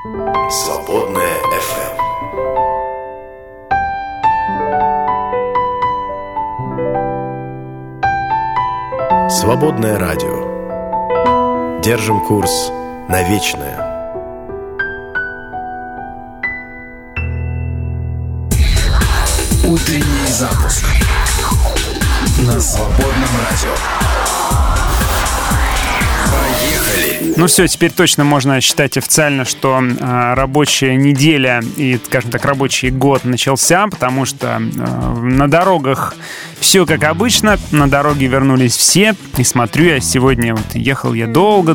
Свободная FM. Свободное радио. Держим курс на вечное. Утренний запуск на свободном радио. Поехали! Ну все, теперь точно можно считать официально, что рабочая неделя и, скажем так, рабочий год начался, потому что на дорогах все как обычно, на дороге вернулись все. И смотрю, я сегодня ехал я долго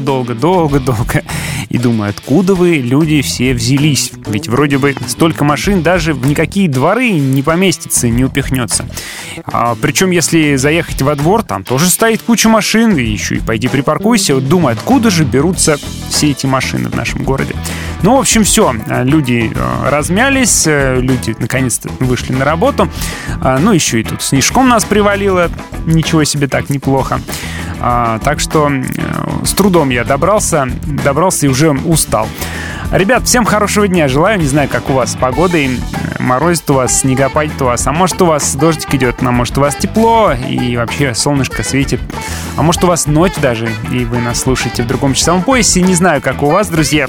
и думаю, откуда вы, люди, все взялись? Ведь вроде бы столько машин даже в никакие дворы не поместится, не упихнется. Причем, если заехать во двор, там тоже стоит куча машин, и еще и пойди припаркуйся. Вот думаю, откуда же берутся все эти машины в нашем городе? Ну, в общем, все. Люди размялись, люди наконец-то вышли на работу. Ну, еще и тут снежком нас привалило. Ничего себе, так неплохо. Так что с трудом я добрался и уже устал. Ребят, всем хорошего дня желаю. Не знаю, как у вас с погодой. Морозит у вас, снегопадет у вас. А может, у вас дождик идет, а может, у вас тепло и вообще солнышко светит. А может, у вас ночь даже, и вы нас слушаете в другом часовом поясе. Не знаю, как у вас, друзья.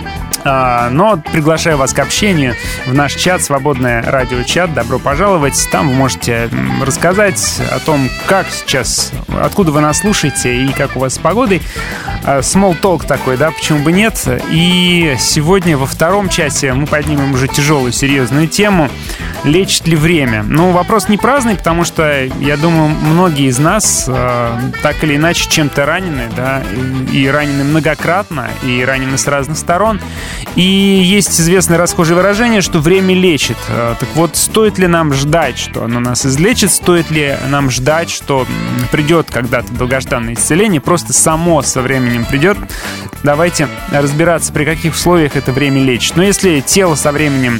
Но приглашаю вас к общению в наш чат, свободное радиочат. Добро пожаловать. Там вы можете рассказать о том, как сейчас, откуда вы нас слушаете и как у вас с погодой. Small talk такой, да, почему бы нет. И сегодня во втором часе мы поднимем уже тяжелую, серьезную тему. Лечит ли время? Ну, вопрос не праздный, потому что, я думаю, многие из нас так или иначе чем-то ранены, да, и ранены многократно, и ранены с разных сторон. И есть известное расхожее выражение, что время лечит. Так вот, стоит ли нам ждать, что оно нас излечит? Стоит ли нам ждать, что придет когда-то долгожданное исцеление? Просто само со временем придет. Давайте разбираться, при каких условиях это время лечит. Но если тело со временем,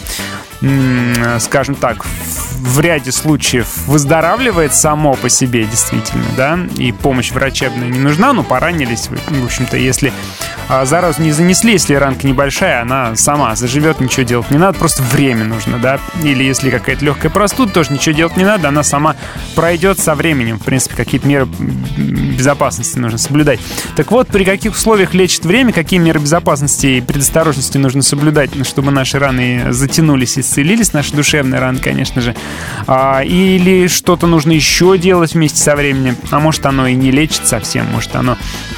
скажем так, в ряде случаев выздоравливает само по себе, действительно, да, и помощь врачебная не нужна, но поранились вы, в общем-то, если заразу не занесли, если ранка небольшая, она сама заживет, ничего делать не надо, просто время нужно, да, или если какая-то легкая простуда, тоже ничего делать не надо, она сама пройдет со временем, в принципе, какие-то меры безопасности нужно соблюдать. Так вот, при каких условиях лечит время, какие меры безопасности и предосторожности нужно соблюдать, чтобы наши раны затянулись и исцелились, наши душевные раны, конечно же, или что-то нужно еще делать вместе со временем, а может оно и не лечит совсем, может оно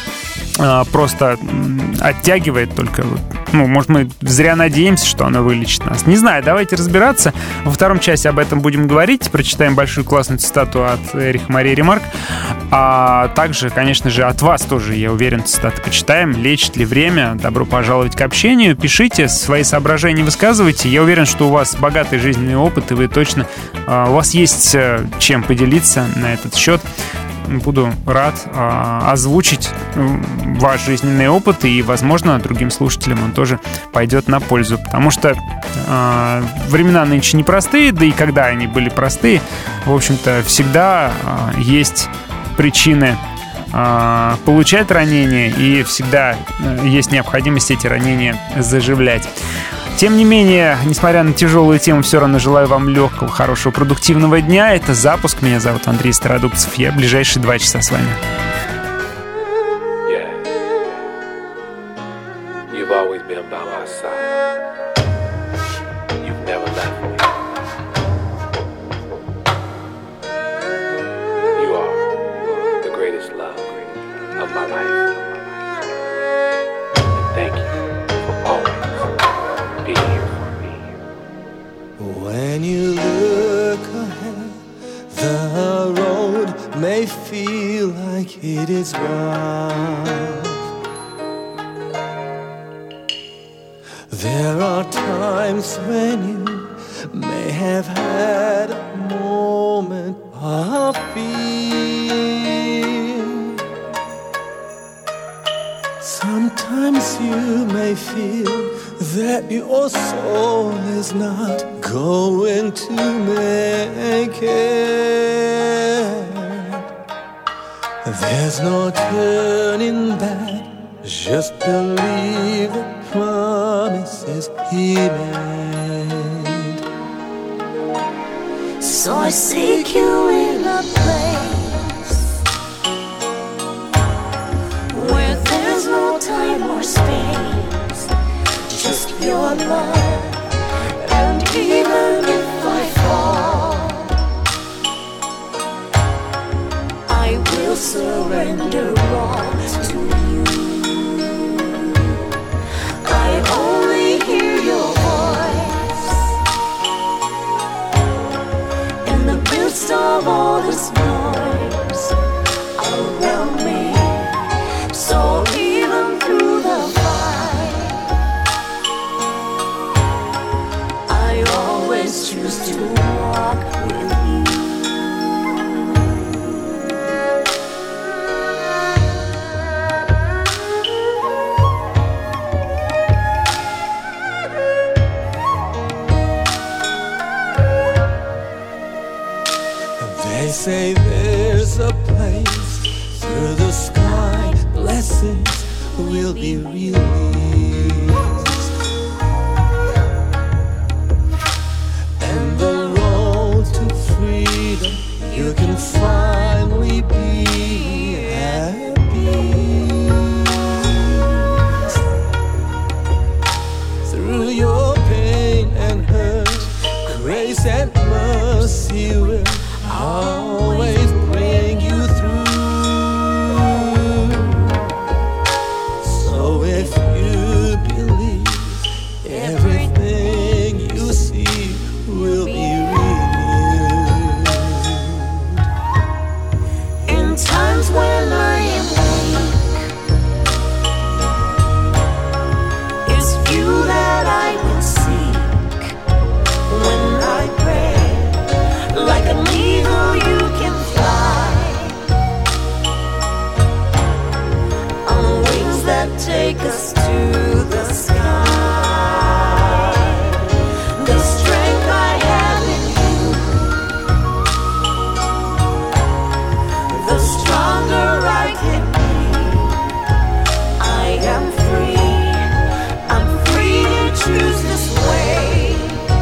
просто оттягивает только. Ну, может, мы зря надеемся, что оно вылечит нас. Не знаю, давайте разбираться. Во втором часе об этом будем говорить. Прочитаем большую классную цитату от Эриха Марии Ремарк. А также, конечно же, от вас тоже, я уверен, цитаты почитаем. Лечит ли время? Добро пожаловать к общению. Пишите, свои соображения высказывайте. Я уверен, что у вас богатый жизненный опыт, и вы точно... У вас есть чем поделиться на этот счет. Буду рад озвучить ваш жизненный опыт, и, возможно, другим слушателям он тоже пойдет на пользу, потому что времена нынче непростые, да и когда они были простые, в общем-то, всегда есть причины получать ранения, и всегда есть необходимость эти ранения заживлять. Тем не менее, несмотря на тяжелую тему, все равно желаю вам легкого, хорошего, продуктивного дня. Это «Запуск». Меня зовут Андрей Стародубцев. Я ближайшие 2 часа с вами. When you look ahead, the road may feel like it is rough. There are times when you may have had a moment of fear. Sometimes you may feel that your soul is not going to make it. There's no turning back, just believe the promises promise he made. So I seek you in a place where there's no time or space, just your love. And even if I fall, I will surrender all to you. I only hear your voice in the midst of all this noise around me. So even through the fight, I always choose to walk with you. They say there's a place through the sky, blessings will be released, and the road to freedom you can finally be happy. Through your pain and hurt, grace and mercy will always bring you through. So if you believe, everything you see will be renewed. In times when I am weak, it's you that I will seek. When I pray, like an eagle you can fly on wings that take us to the sky. The strength I have in you, the stronger I can be. I am free, I'm free to choose this way.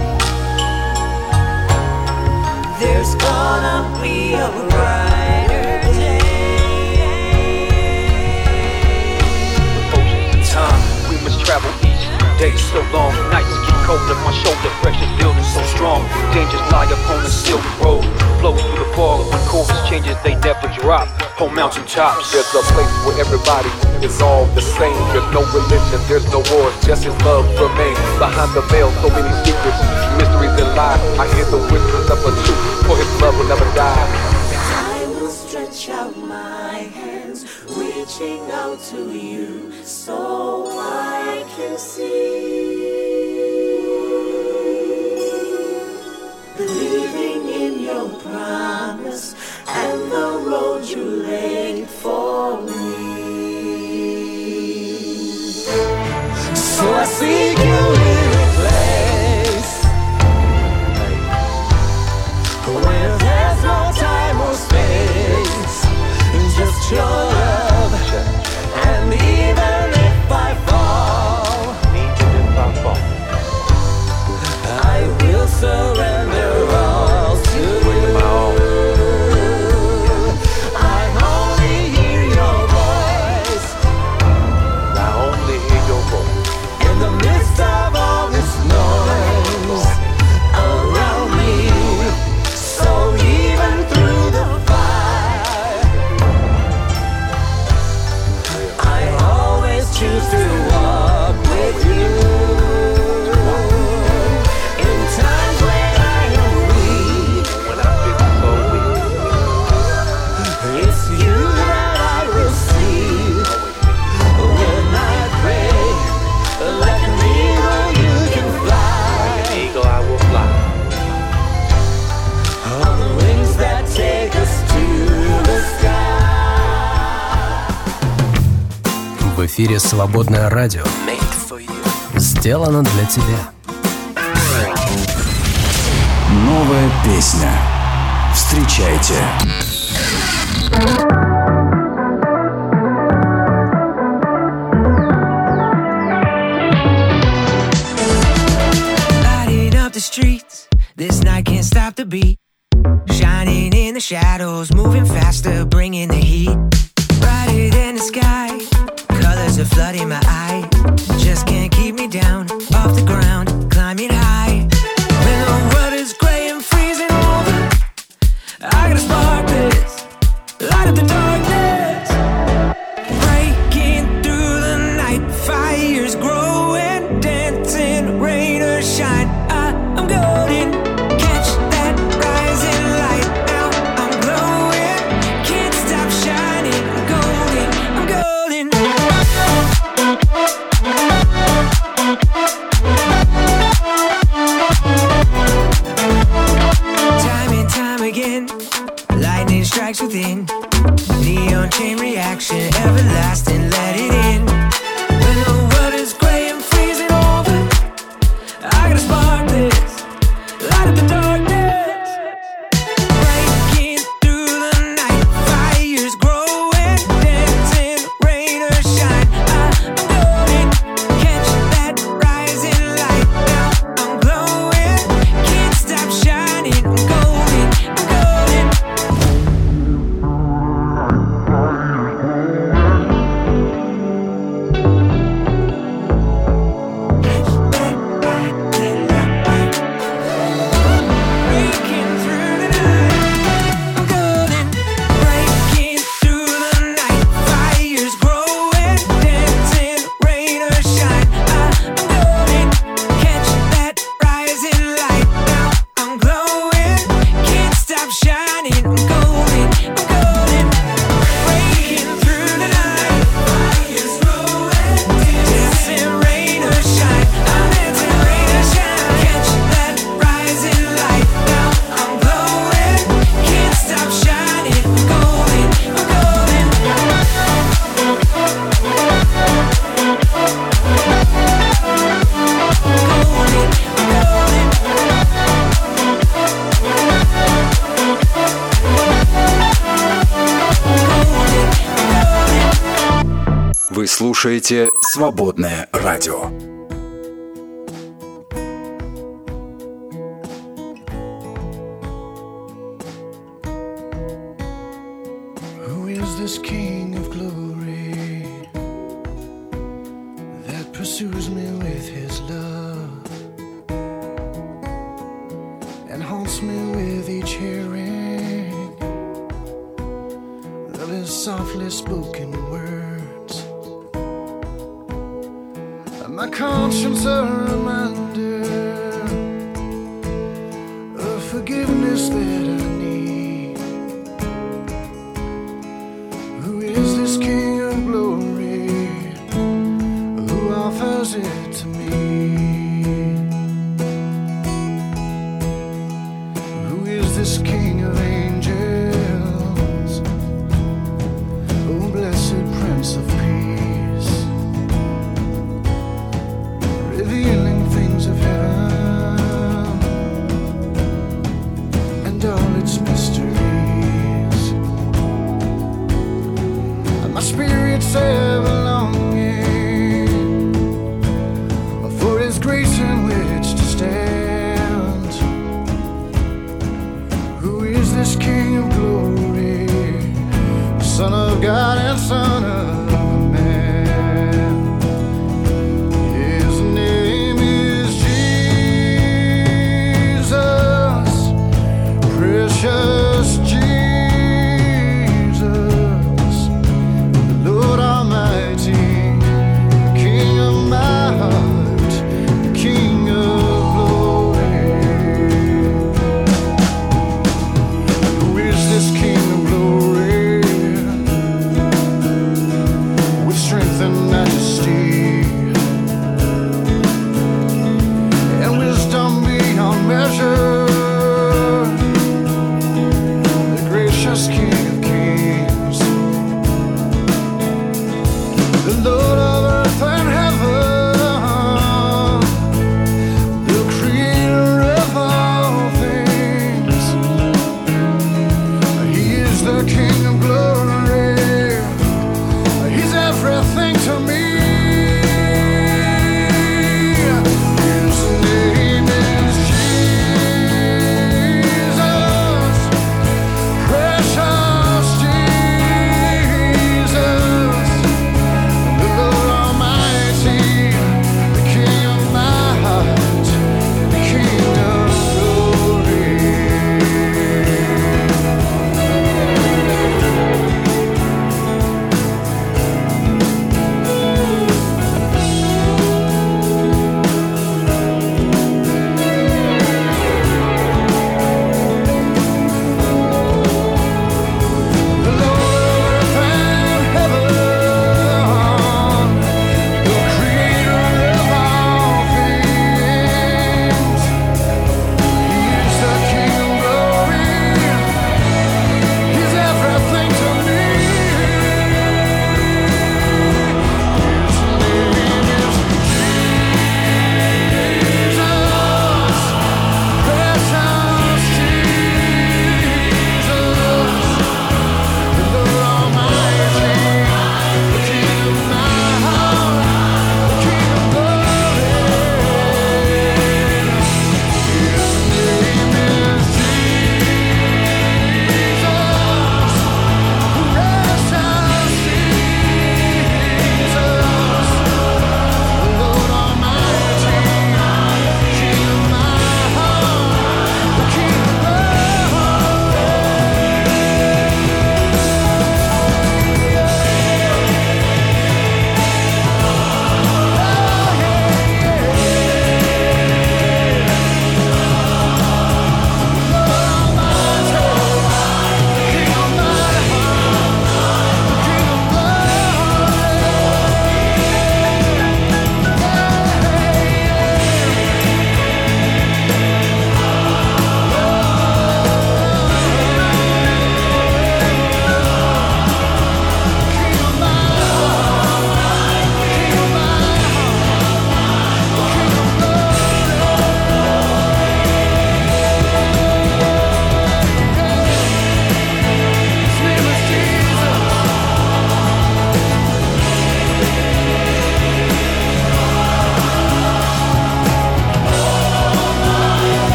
There's gonna be a brighter day. Time, we must travel each day so long. Nights get colder, my shoulder pressure building so strong. Dangers lie upon the silk road, flow through the fog. When course changes, they never drop. On mountain tops, there's a place where everybody is all the same. There's no religion, there's no wars, just his love remains. Behind the veil, so many secrets, mysteries and lies. I hear the whispers of a truth, for his love will never die. I will stretch out my hands, reaching out to you, so I can see. Believing in your promise and the road you laid for me. So I seek you in a place where there's no time or space, just your love. And even if I fall, I will surrender all to you. I only hear your voice. I only hear your voice. In the midst of all this noise around me, so even through the fire, I always choose to walk with you. In times when I am weak, When I feel so weak, it's you that I will see. When I pray, like an eagle you can fly eagle I will fly. on the wings that take us to the sky. В эфире «Свободное радио». Сделано для тебя. Новая песня. Встречайте. the streets. This night can't stop the beat. Shining in the shadows, moving faster, bringing the heat. Brighter than the sky, colors are flooding my eye. Just can't keep me down, off the ground, climbing high. When the world is gray and freezing over, I gotta spark this, light up the darkness. Breaking through the night, fires growing, dancing, rain or shine. I'm golden, catch that rising light. Now I'm glowing, can't stop shining. I'm golden, I'm golden. Time and time again, lightning strikes within. Neon chain reaction, everlasting, let it in. When the world is gray and freezing over, I gotta spark this, light up the darkness. Breaking through the night, fires growing, dancing, rain or shine. I'm golden, catch that rising light. Now I'm glowing, can't stop shining. I'm golden, I'm golden. Breaking through the night, I'm golden. Breaking through the night, fires growing, dancing, rain or shine. I'm golden, catch that rising light. Now I'm glowing, can't stop shining. I'm golden, I'm golden. Breaking through the night, fires growing, dancing, rain or shine. I'm dancing, rain or shine. Catch that rising light. Now I'm glowing, can't stop shining. I'm golden, I'm golden. Вы слушаете «Свободное радио». Who is this King of glory that pursues me with his love and haunts me with each hearing of his softly spoken words? My conscience a reminder of forgiveness that I need. Who is this King of glory who offers it to me? Who is this King of angels? Oh, blessed Prince of Peace, revealing things of heaven and all its mysteries. And my spirit's ever longing for his grace in which to stand. Who is this King of glory, Son of God and Son of precious Jesus, the Lord Almighty, the King of my heart, the King of glory. Who is this King of glory?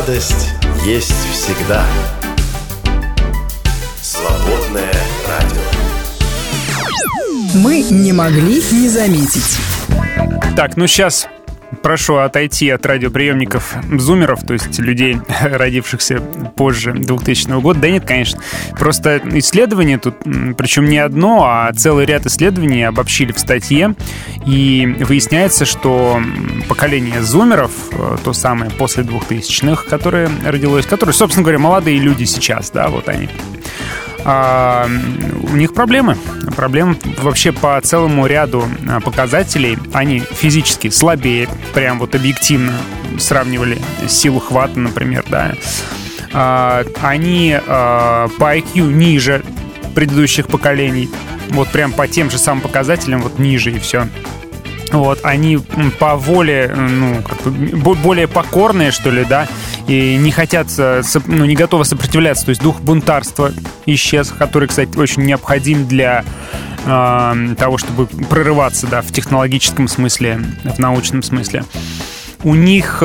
радость есть всегда. Свободное радио. Мы не могли не заметить. Так, ну сейчас прошу отойти от радиоприемников зумеров, то есть людей, родившихся позже 2000 года. Да нет, конечно. Просто исследование тут, причем не одно, а целый ряд исследований обобщили в статье. И выясняется, что поколение зумеров, то самое после 2000-х, которое родилось, которые, собственно говоря, молодые люди сейчас, да, вот они. У них проблемы. Проблемы вообще по целому ряду показателей. Они физически слабее, прям вот объективно сравнивали силу хвата, например, да. Они по IQ ниже предыдущих поколений. Вот прям по тем же самым показателям, вот ниже и все. Вот, они по воле, ну, как-то более покорные, что ли, да, и не хотят, ну, не готовы сопротивляться, то есть дух бунтарства исчез, который, кстати, очень необходим для того, чтобы прорываться, да, в технологическом смысле, в научном смысле. У них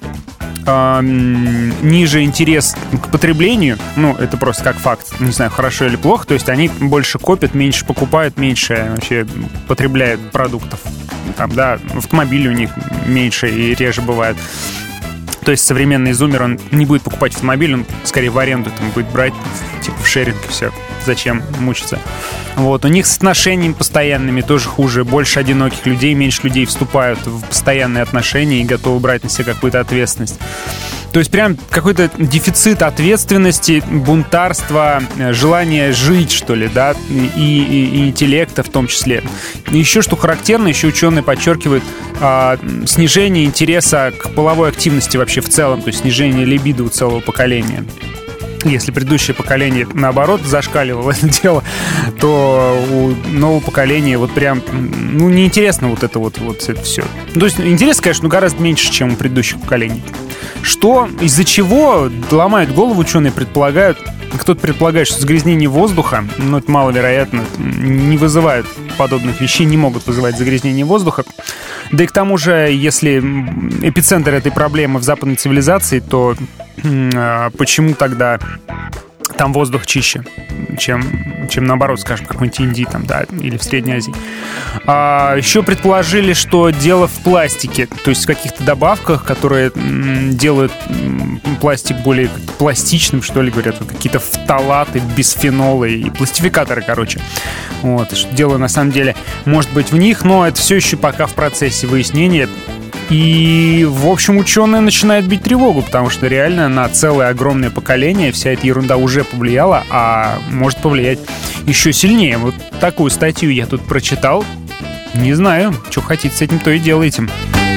ниже интерес к потреблению, ну, это просто как факт, не знаю, хорошо или плохо, то есть они больше копят, меньше покупают, меньше вообще потребляют продуктов. Там, да, автомобили у них меньше и реже бывают. То есть современный зумер, он не будет покупать автомобиль, он скорее в аренду там будет брать, типа в шеринг и все. Зачем мучиться? Вот. У них с отношениями постоянными тоже хуже. Больше одиноких людей, меньше людей вступают в постоянные отношения и готовы брать на себя какую-то ответственность. То есть прям какой-то дефицит ответственности, бунтарства, желание жить, что ли, да, и интеллекта в том числе. И еще, что характерно, еще ученые подчеркивают снижение интереса к половой активности вообще в целом, то есть снижение либидо у целого поколения. Если предыдущее поколение, наоборот, зашкаливало это дело, то у нового поколения вот прям, ну, неинтересно вот это вот это все. То есть интерес, конечно, гораздо меньше, чем у предыдущих поколений. Что, из-за чего ломают голову ученые, предполагают, кто-то предполагает, что загрязнение воздуха, но это маловероятно, не вызывают подобных вещей, не могут вызывать загрязнение воздуха. Да и к тому же, если эпицентр этой проблемы в западной цивилизации, то почему тогда там воздух чище, чем наоборот, скажем, какой-нибудь Индии там, да, или в Средней Азии. Еще предположили, что дело в пластике, то есть в каких-то добавках, которые делают пластик более пластичным, что ли, говорят, вот какие-то фталаты, бисфенолы и пластификаторы, короче. Вот, дело на самом деле может быть в них, но это все еще пока в процессе выяснения. И, в общем, ученые начинают бить тревогу, потому что реально на целое огромное поколение вся эта ерунда уже повлияла, а может повлиять еще сильнее. Вот такую статью я тут прочитал. Не знаю, что хотите с этим, то и делайте.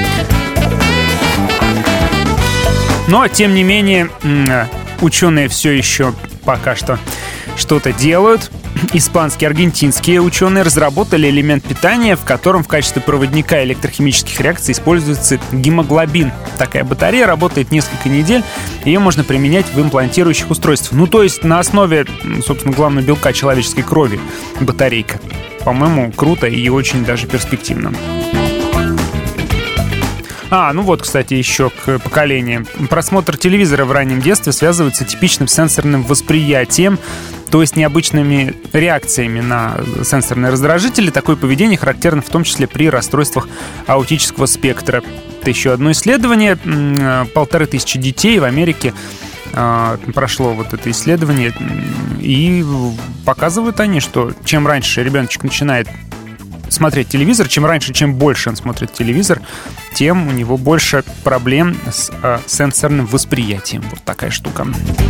Но, тем не менее, ученые все еще пока что что-то делают. Испанские, аргентинские ученые разработали элемент питания, в котором в качестве проводника электрохимических реакций используется гемоглобин. Такая батарея работает несколько недель, ее можно применять в имплантирующих устройствах. Ну, то есть на основе, собственно, главного белка человеческой крови батарейка. По-моему, круто и очень даже перспективно. Ну вот, кстати, еще к поколению. Просмотр телевизора в раннем детстве связывается с типичным сенсорным восприятием, то есть необычными реакциями на сенсорные раздражители. Такое поведение характерно в том числе при расстройствах аутического спектра. Это еще одно исследование. 1500 детей в Америке прошло вот это исследование. И показывают они, что чем раньше ребеночек начинает смотреть телевизор, чем раньше, чем больше он смотрит телевизор, тем у него больше проблем с сенсорным восприятием. Вот такая штука.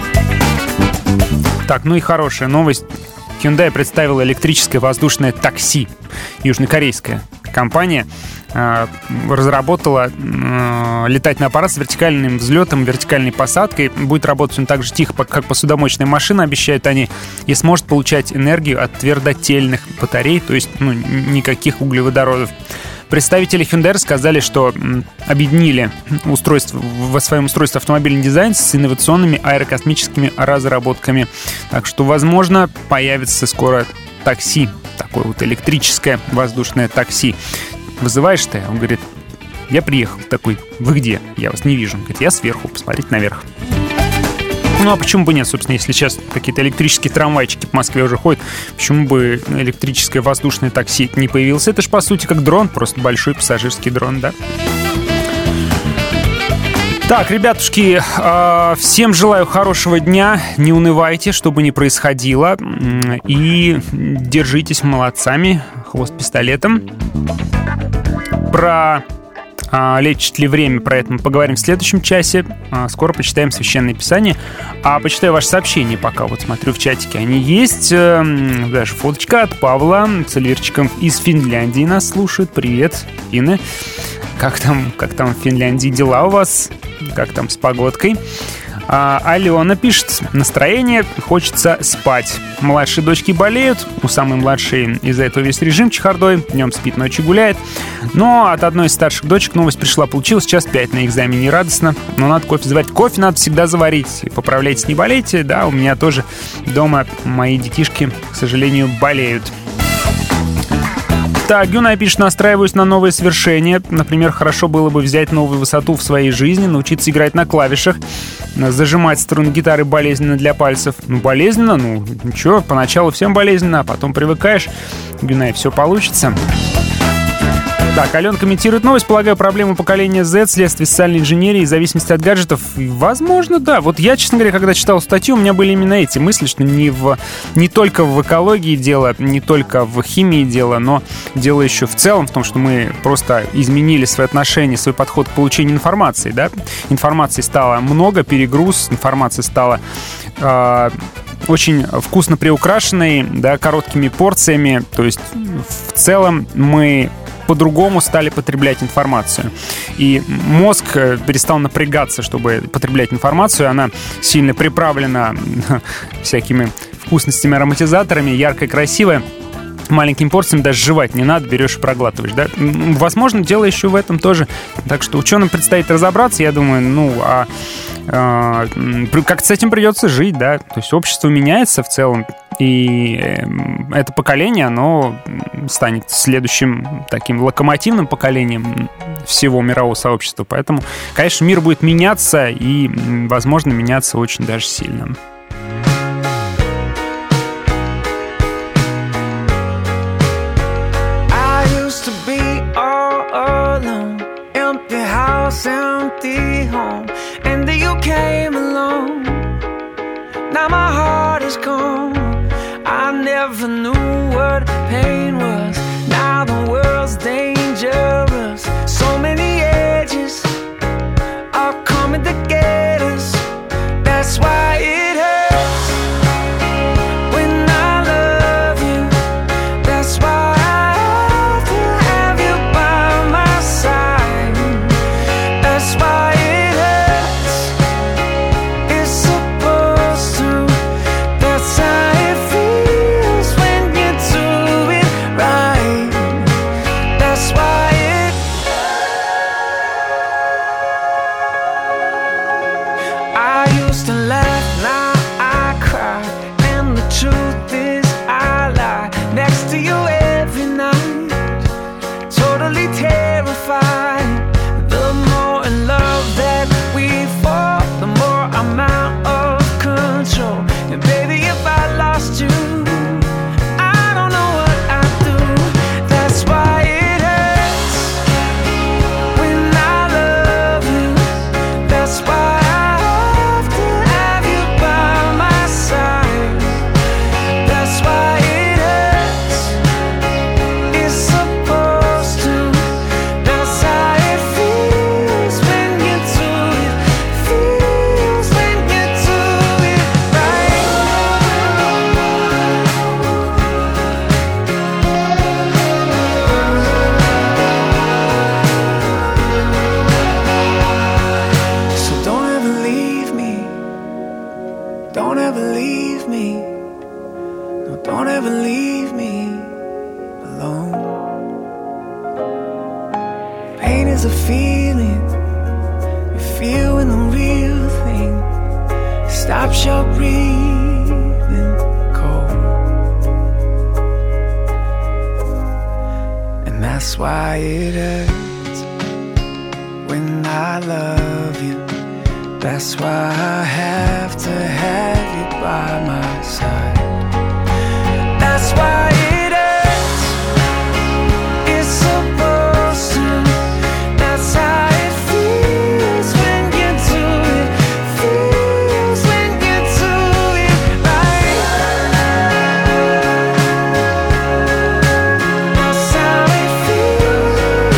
Так, ну и хорошая новость. Hyundai представила электрическое воздушное такси. Южнокорейская компания разработала летательный аппарат с вертикальным взлетом, вертикальной посадкой. Будет работать он так же тихо, как посудомоечная машина, обещают они, и сможет получать энергию от твердотельных батарей, то есть никаких углеводородов. Представители Hyundai сказали, что объединили в своем устройстве автомобильный дизайн с инновационными аэрокосмическими разработками. Так что, возможно, появится скоро такси, такое вот электрическое воздушное такси. Вызываешь ты? Он говорит, Я приехал такой: вы где? Я вас не вижу. Он говорит: я сверху, посмотрите наверх. Ну, а почему бы нет, собственно, если сейчас какие-то электрические трамвайчики по Москве уже ходят, почему бы электрическое воздушное такси не появилось? Это ж, по сути, как дрон, просто большой пассажирский дрон, да? Так, ребятушки, всем желаю хорошего дня, не унывайте, что бы ни происходило, и держитесь молодцами, хвост пистолетом. Про лечит ли время, про это мы поговорим в следующем часе. Скоро почитаем Священное Писание. А почитаю ваши сообщения пока. Вот смотрю в чатике, они есть. Даже фоточка от Павла с Эльвирчиком из Финляндии нас слушают. Привет, финны. Как там в Финляндии дела у вас? Как там с погодкой? Алена пишет: настроение, хочется спать. Младшие дочки болеют, у самой младшей из-за этого весь режим чехардой, днем спит, ночью гуляет. Но от одной из старших дочек новость пришла: получилось час 5 на экзамене, радостно. Но надо кофе заварить. Кофе надо всегда заварить. Поправляйтесь, не болейте. Да, у меня тоже дома мои детишки, к сожалению, болеют. Так, Гюна пишет: настраиваюсь на новые свершения. Например, хорошо было бы взять новую высоту в своей жизни, научиться играть на клавишах, зажимать струны гитары болезненно для пальцев. Ну, болезненно, ну, ничего, поначалу всем болезненно, а потом привыкаешь. Гюна, и все получится. Так, Алена комментирует новость. Полагаю, проблема поколения Z вследствие социальной инженерии и зависимости от гаджетов. Возможно, да. Вот я, честно говоря, когда читал статью, у меня были именно эти мысли, что не только в экологии дело, не только в химии дело, но дело еще в целом в том, что мы просто изменили свои отношения, свой подход к получению информации, да. Информации стало много, перегруз, информация стала очень вкусно приукрашенной, да, короткими порциями. То есть в целом мы по-другому стали потреблять информацию. И мозг перестал напрягаться, чтобы потреблять информацию. Она сильно приправлена всякими вкусностями, ароматизаторами, яркая, красивая. Маленькими порциями даже жевать не надо, берешь и проглатываешь, да? Возможно, дело еще в этом тоже. Так что ученым предстоит разобраться, я думаю, как с этим придется жить, да? То есть общество меняется в целом, и это поколение, оно станет следующим таким локомотивным поколением всего мирового сообщества. Поэтому, конечно, мир будет меняться и, возможно, меняться очень даже сильно. Empty home, and then you came along. Now my heart is gone. I never knew what pain was. Now the world's dangerous. So many edges are coming to get us. That's why it hurts when I love you. That's why I have to have you by my side. That's why it hurts. It's supposed to. That's how it feels when you do it right. That's why it. I used to laugh, now I cry, and the truth is I lie next to you every night, totally terrified. The more in love that we fall, the more I'm out of control. And baby, if I lost you, I don't know what I'd do. That's why it hurts when I love you. That's why I have to have you by my side. That's why it hurts. It's supposed to. That's how it feels when you do it. Feels when you do it right. So don't ever leave me. Don't ever leave me. No, don't ever leave me alone. Pain is a feeling you feel when the real thing stops your breathing cold. And that's why it hurts. when I love you. That's why I have to have you by my side. That's why it hurts. It's supposed to. That's how it feels when you do it. Feels when you do it right. That's how it feels.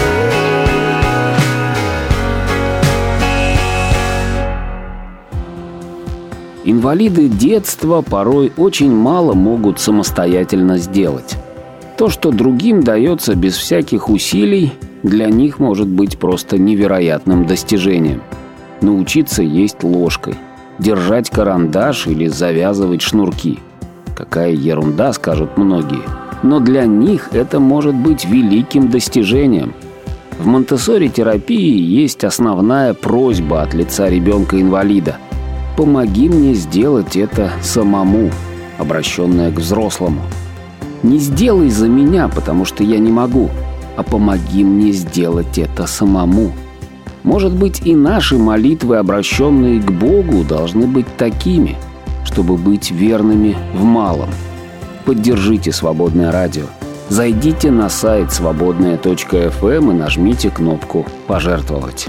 Инвалиды детства порой очень мало могут самостоятельно сделать. То, что другим дается без всяких усилий, для них может быть просто невероятным достижением. Научиться есть ложкой, держать карандаш или завязывать шнурки. Какая ерунда, скажут многие. Но для них это может быть великим достижением. В Монтессори-терапии есть основная просьба от лица ребенка-инвалида. «Помоги мне сделать это самому», обращенная к взрослому. Не сделай за меня, потому что я не могу, а помоги мне сделать это самому. Может быть, и наши молитвы, обращенные к Богу, должны быть такими, чтобы быть верными в малом. Поддержите «Свободное радио». Зайдите на сайт свободная.фм и нажмите кнопку «Пожертвовать».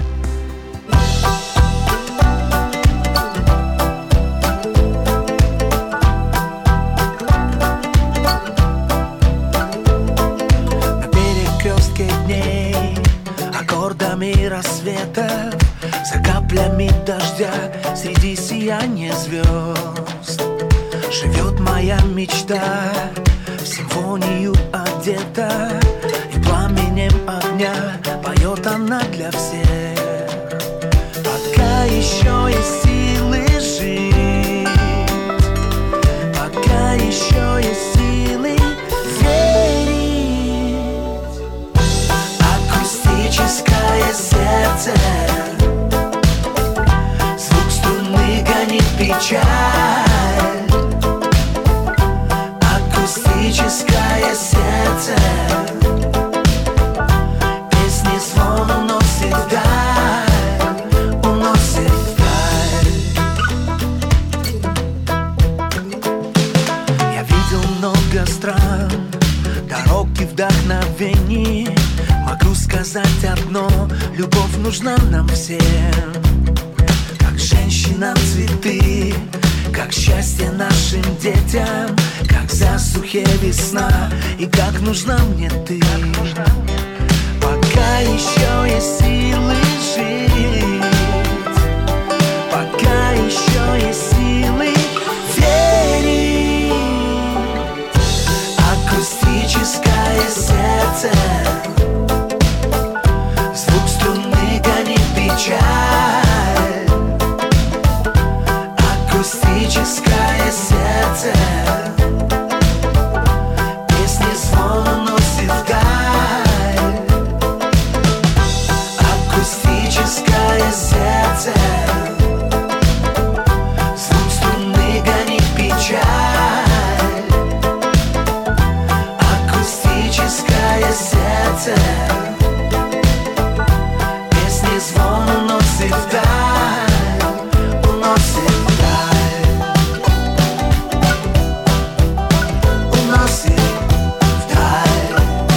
Рассвета, за каплями дождя, среди сияния звезд живет моя мечта, в симфонию одета, и пламенем огня поет она для всех. Пока еще есть силы жить, пока еще есть силы верить. Акустическое сердце, звук струны гонит печаль. Акустическое сердце, песни звон уносит вдаль, уносит вдаль. Я видел много стран, дороги вдохновений. Могу сказать одно: любовь нужна нам всем. Как женщинам цветы, как счастье нашим детям, как засухе весна, и как нужна мне ты. Пока еще есть силы жить, пока еще есть силы верить. Акустическое сердце, звук струны гонит печаль. Акустическое сердце, песни звон уносит вдаль. Акустическое сердце, звук струны гонит печаль. Акустическое сердце, песни звон уносит вдаль, уносит вдаль, уносит вдаль.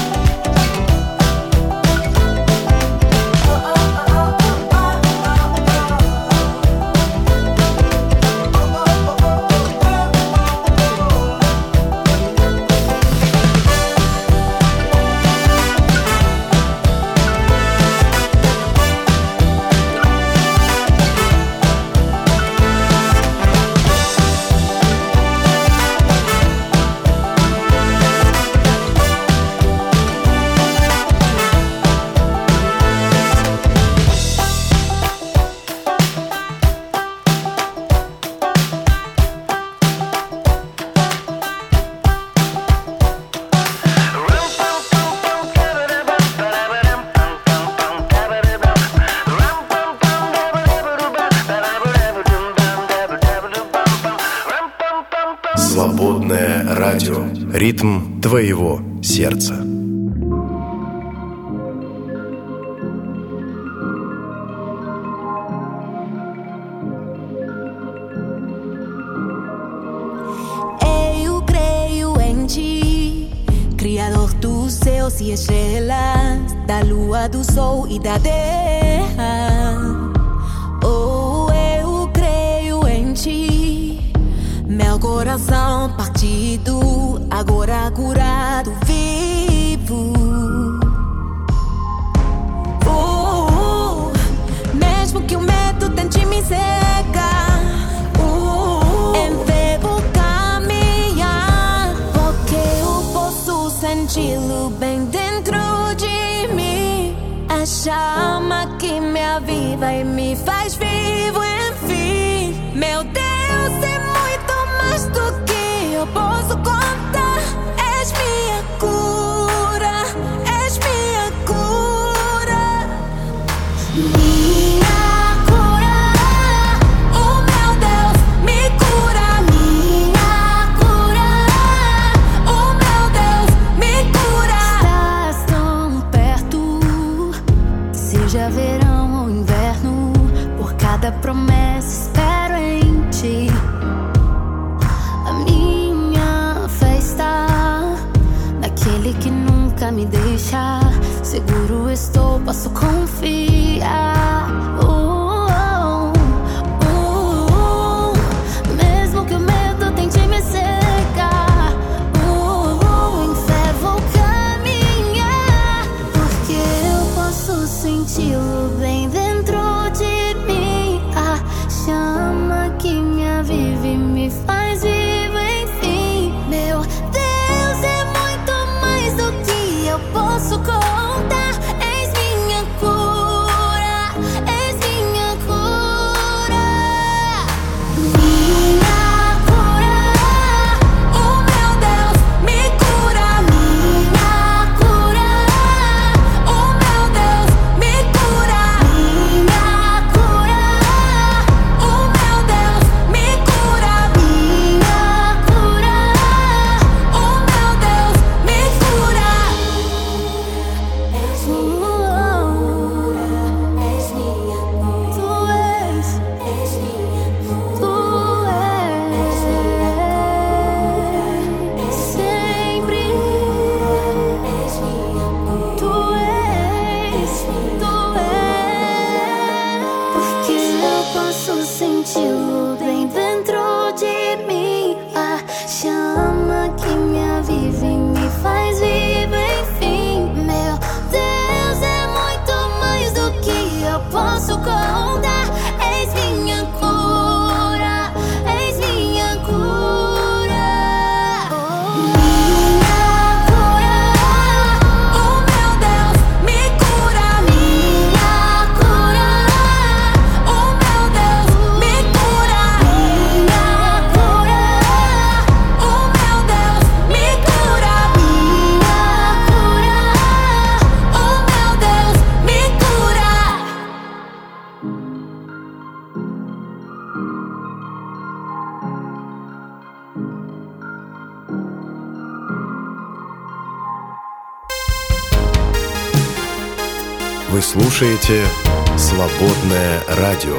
Свободное радио. Ритм твоего сердца. estrelas e estrelas, da lua, do sol e da terra. Oh, eu creio em ti. Meu coração partido, agora curado, vivo. Mesmo que o medo tente me cegar, em fé vou caminhar, porque eu posso senti-lo bem dentro de mim. A chama que me aviva e me faz vivo, enfim. Meu Deus é muito mais do que eu posso contar. És minha cura, és minha cura. Minha cura, oh meu Deus, me cura. Minha cura, oh meu Deus, me cura. Estás tão perto, seja verão ou inverno, por cada promessa espero em ti. A minha fé está naquele que nunca me deixa. Seguro estou, posso confiar. Mesmo que o medo tente me cegar, em fé vou caminhar, porque eu posso senti-lo bem dentro de mim. A chama que me aviva e me faz vivo, enfim. Meu Deus é muito mais do que eu posso contar. És minha cura, és minha cura. Minha cura, oh meu Deus, me cura. Minha cura, oh meu Deus, me cura. Minha cura, oh meu Deus, me cura. Minha cura, oh meu Deus, me cura. És minha cura, és minha cura. Tu és minha cura. Tu és sempre. És minha cura. Tu és. Porque eu posso senti-lo bem dentro de mim. A chama que me aviva e me faz vivo, enfim. Meu Deus é muito mais do que eu posso contar. És minha cura, és minha cura. Minha cura, oh meu Deus, me cura. Minha cura, oh meu Deus, me cura. Minha cura, oh meu Deus, me cura. Minha cura, oh meu Deus, me cura. Вы слушаете «Свободное радио».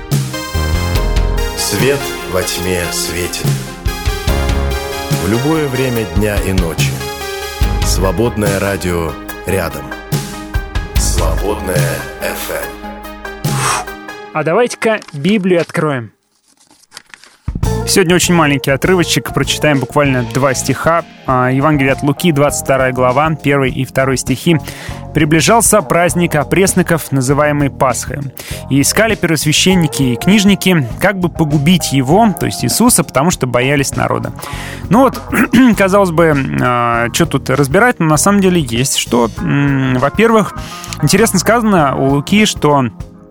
Свет во тьме светит. В любое время дня и ночи. «Свободное радио» рядом. «Свободное FM». А давайте-ка Библию откроем. Сегодня очень маленький отрывочек, прочитаем буквально 2 стиха. Евангелие от Луки, 22 глава, 1 и 2 стихи. «Приближался праздник опресноков, называемый Пасхой. И искали первосвященники и книжники, как бы погубить его, то есть Иисуса, потому что боялись народа». Ну вот, казалось бы, что тут разбирать, но на самом деле есть что. Во-первых, интересно сказано у Луки, что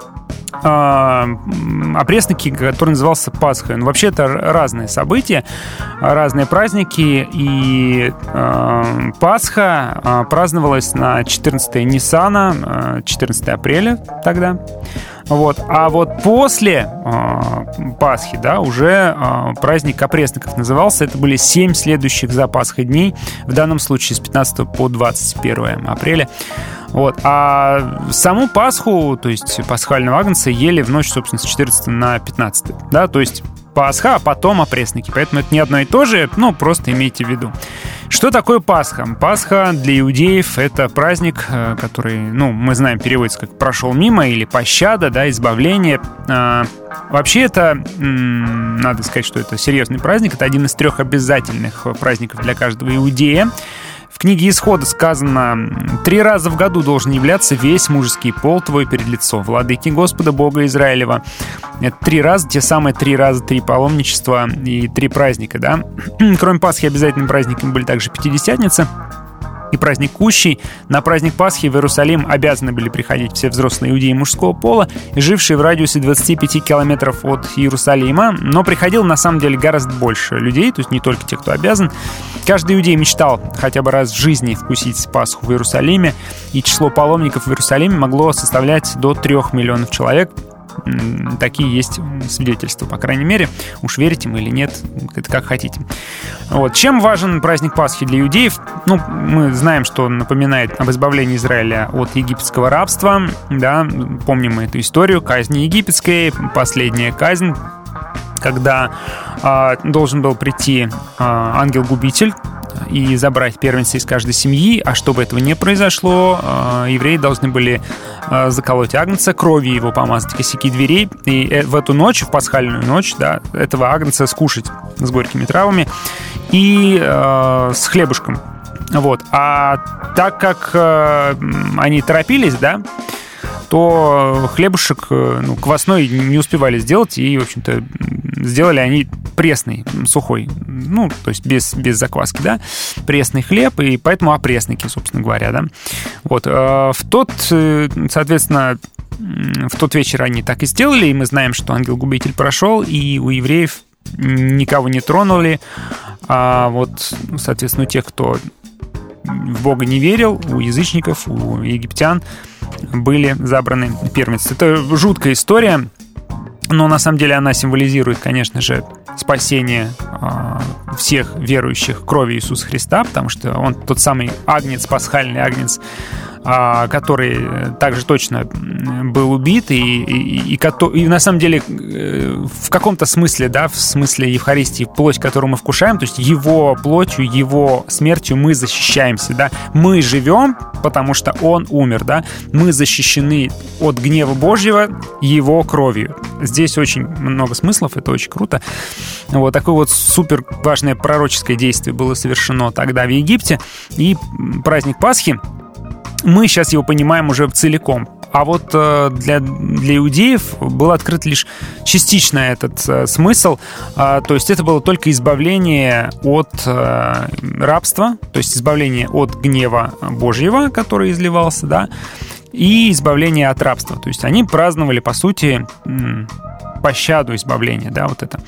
опресноки, который назывался Пасхой. Ну, вообще это разные события, разные праздники. И Пасха праздновалась на 14 Ниссана, 14 апреля тогда. Вот. А вот после Пасхи, да, уже праздник опресноков назывался. Это были 7 следующих за Пасхой дней. В данном случае с 15 по 21 апреля. Вот. А саму Пасху, то есть пасхального агнца, ели в ночь, собственно, с 14 на 15. Да, то есть Пасха, а потом опресноки. Поэтому это не одно и то же, ну, просто имейте в виду. Что такое Пасха? Пасха для иудеев — это праздник, который, мы знаем, переводится как «прошел мимо» или «пощада», да, избавление. Вообще это, надо сказать, что это серьезный праздник. Это один из 3 обязательных праздников для каждого иудея. В книге Исхода сказано: 3 раза в году должен являться весь мужеский пол твой перед лицом владыки Господа Бога Израилева. Это 3 раза, те самые 3 раза, 3 паломничества и 3 праздника, да. Кроме Пасхи обязательным праздниками были также Пятидесятница и праздник Кущей. На праздник Пасхи в Иерусалим обязаны были приходить все взрослые иудеи мужского пола, жившие в радиусе 25 километров от Иерусалима. Но приходило на самом деле гораздо больше людей, то есть не только те, кто обязан. Каждый иудей мечтал хотя бы раз в жизни вкусить Пасху в Иерусалиме, и число паломников в Иерусалиме могло составлять до 3 миллионов человек. Такие есть свидетельства, по крайней мере. Уж верите мы или нет, это как хотите. Вот. Чем важен праздник Пасхи для иудеев? Мы знаем, что он напоминает об избавлении Израиля от египетского рабства. Да, помним мы эту историю казни египетской, последняя казнь, когда должен был прийти ангел-губитель и забрать первенца из каждой семьи, а чтобы этого не произошло, евреи должны были заколоть агнца, кровью его помазать косяки дверей, и в эту ночь, в пасхальную ночь, да, этого агнца скушать с горькими травами и с хлебушком. Вот. А так как они торопились, да, то хлебушек квасной не успевали сделать, и, в общем-то, сделали они пресный, сухой, то есть без закваски, да, пресный хлеб, и поэтому опресники, собственно говоря, да. Вот. Соответственно, в тот вечер они так и сделали, и мы знаем, что ангел-губитель прошел, и у евреев никого не тронули, а вот, соответственно, у тех, кто в Бога не верил, у язычников, у египтян были забраны первенцы. Это жуткая история, но на самом деле она символизирует, конечно же, спасение всех верующих кровью Иисуса Христа, потому что он тот самый агнец, пасхальный агнец, который также точно был убит, и на самом деле в каком-то смысле, да, в смысле Евхаристии, плоть, которую мы вкушаем, то есть его плотью, его смертью мы защищаемся, да, мы живем, потому что он умер, да, мы защищены от гнева Божьего его кровью. Здесь очень много смыслов, это очень круто. Вот такое вот супер важное пророческое действие было совершено тогда в Египте, и праздник Пасхи, мы сейчас его понимаем уже целиком. А вот для иудеев был открыт лишь частично этот смысл. То есть это было только избавление от рабства, то есть избавление от гнева Божьего, который изливался, да, и избавление от рабства. То есть они праздновали, по сути, пощаду избавления, да, вот это.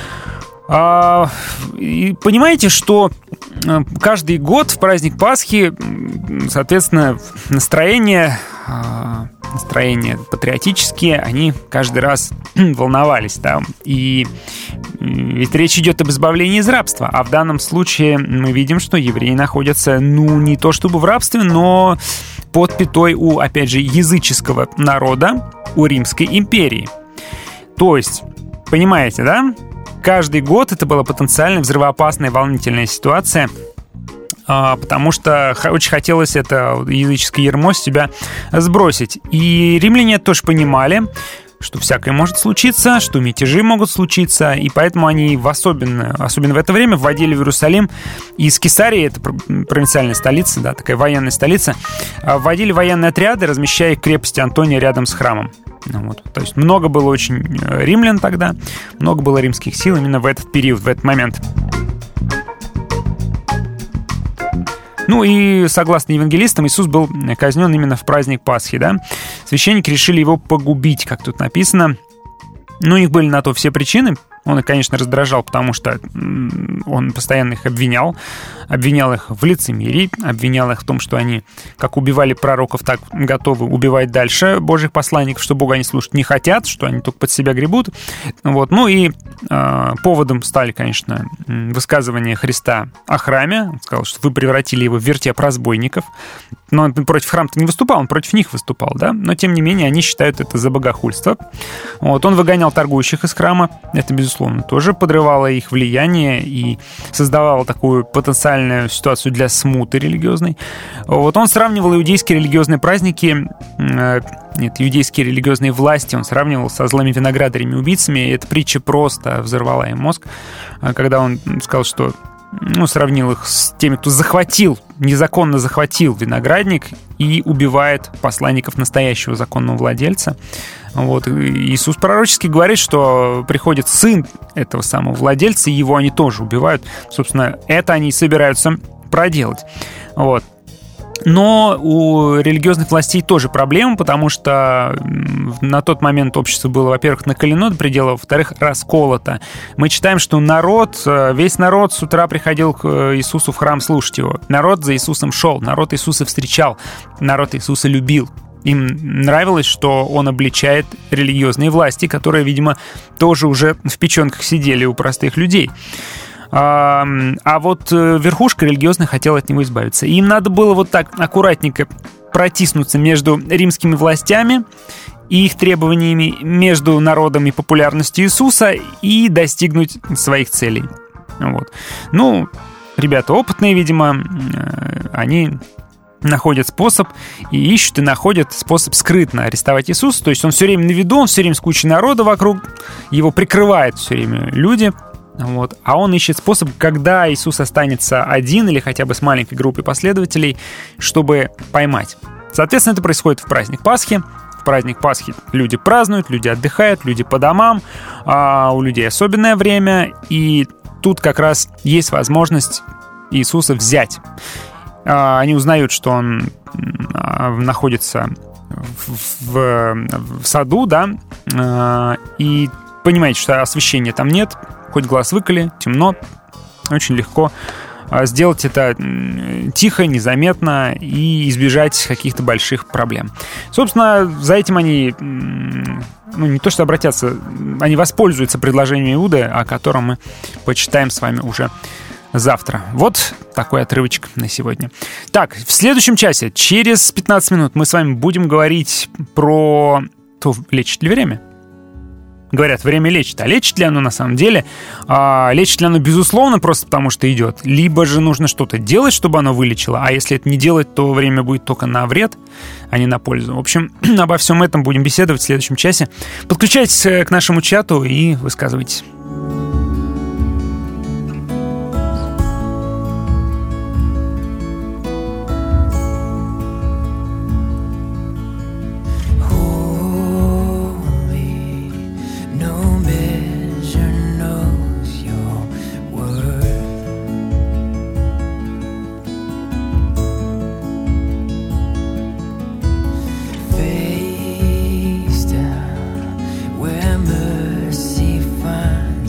И понимаете, что каждый год в праздник Пасхи, соответственно, настроения патриотические, они каждый раз волновались, да, и ведь речь идет об избавлении из рабства, а в данном случае мы видим, что евреи находятся, не то чтобы в рабстве, но под пятой у, опять же, языческого народа, у Римской империи. То есть, понимаете, да? Каждый год это была потенциально взрывоопасная, волнительная ситуация, потому что очень хотелось это языческое ярмо с себя сбросить. И римляне тоже понимали, что всякое может случиться, что мятежи могут случиться, и поэтому они особенно в это время вводили в Иерусалим из Кесарии, это провинциальная столица, да, такая военная столица, вводили военные отряды, размещая их в крепости Антония рядом с храмом. Вот. То есть много было очень римлян тогда, много было римских сил именно в этот период, в этот момент. И согласно евангелистам, Иисус был казнен именно в праздник Пасхи, да. Священники решили его погубить, как тут написано. У них были на то все причины. Он их, конечно, раздражал, потому что он постоянно их обвинял их в лицемерии, обвинял их в том, что они, как убивали пророков, так готовы убивать дальше Божьих посланников, что Бога они слушать не хотят, что они только под себя гребут. Вот. Поводом стали, конечно, высказывания Христа о храме. Он сказал, что вы превратили его в вертеп разбойников. Но он против храма-то не выступал, он против них выступал, да? Но, тем не менее, они считают это за богохульство. Вот. Он выгонял торгующих из храма. Это, безусловно, безусловно, тоже подрывало их влияние и создавало такую потенциальную ситуацию для смуты религиозной. Вот он сравнивал иудейские религиозные праздники, иудейские религиозные власти он сравнивал со злыми виноградарями-убийцами, и эта притча просто взорвала им мозг, когда он сказал, что сравнил их с теми, кто незаконно захватил виноградник и убивает посланников настоящего законного владельца. Вот. Иисус пророчески говорит, что приходит сын этого самого владельца, и его они тоже убивают. Собственно, это они собираются проделать. Вот. Но у религиозных властей тоже проблема, потому что на тот момент общество было, во-первых, накалено до предела, во-вторых, расколото. Мы читаем, что весь народ с утра приходил к Иисусу в храм слушать его. Народ за Иисусом шел, народ Иисуса встречал, народ Иисуса любил. Им нравилось, что он обличает религиозные власти, которые, видимо, тоже уже в печенках сидели у простых людей. А вот верхушка религиозная хотела от него избавиться. И им надо было вот так аккуратненько протиснуться между римскими властями и их требованиями, между народом и популярностью Иисуса и достигнуть своих целей. Вот. Ребята опытные, видимо, они находят способ и ищут и находят способ скрытно арестовать Иисуса. То есть он все время на виду, он все время с кучей народа вокруг, его прикрывают все время люди. Вот. А он ищет способ, когда Иисус останется один или хотя бы с маленькой группой последователей, чтобы поймать. Соответственно, это происходит в праздник Пасхи. В праздник Пасхи люди празднуют, люди отдыхают, люди по домам, у людей особенное время, и тут как раз есть возможность Иисуса взять. Они узнают, что он находится в саду, да, и понимаете, что освещения там нет, хоть глаз выколи, темно, очень легко сделать это тихо, незаметно и избежать каких-то больших проблем. Собственно, за этим они, не то что обратятся, они воспользуются предложением Иуды, о котором мы почитаем с вами уже завтра. Вот такой отрывочек на сегодня. Так, в следующем часе, через 15 минут, мы с вами будем говорить про то, лечит ли время. Говорят, время лечит. А лечит ли оно на самом деле? Лечит ли оно, безусловно, просто потому что идет? Либо же нужно что-то делать, чтобы оно вылечило. А если это не делать, то время будет только на вред, а не на пользу. В общем, обо всем этом будем беседовать в следующем часе. Подключайтесь к нашему чату и высказывайтесь. Face down where mercy finds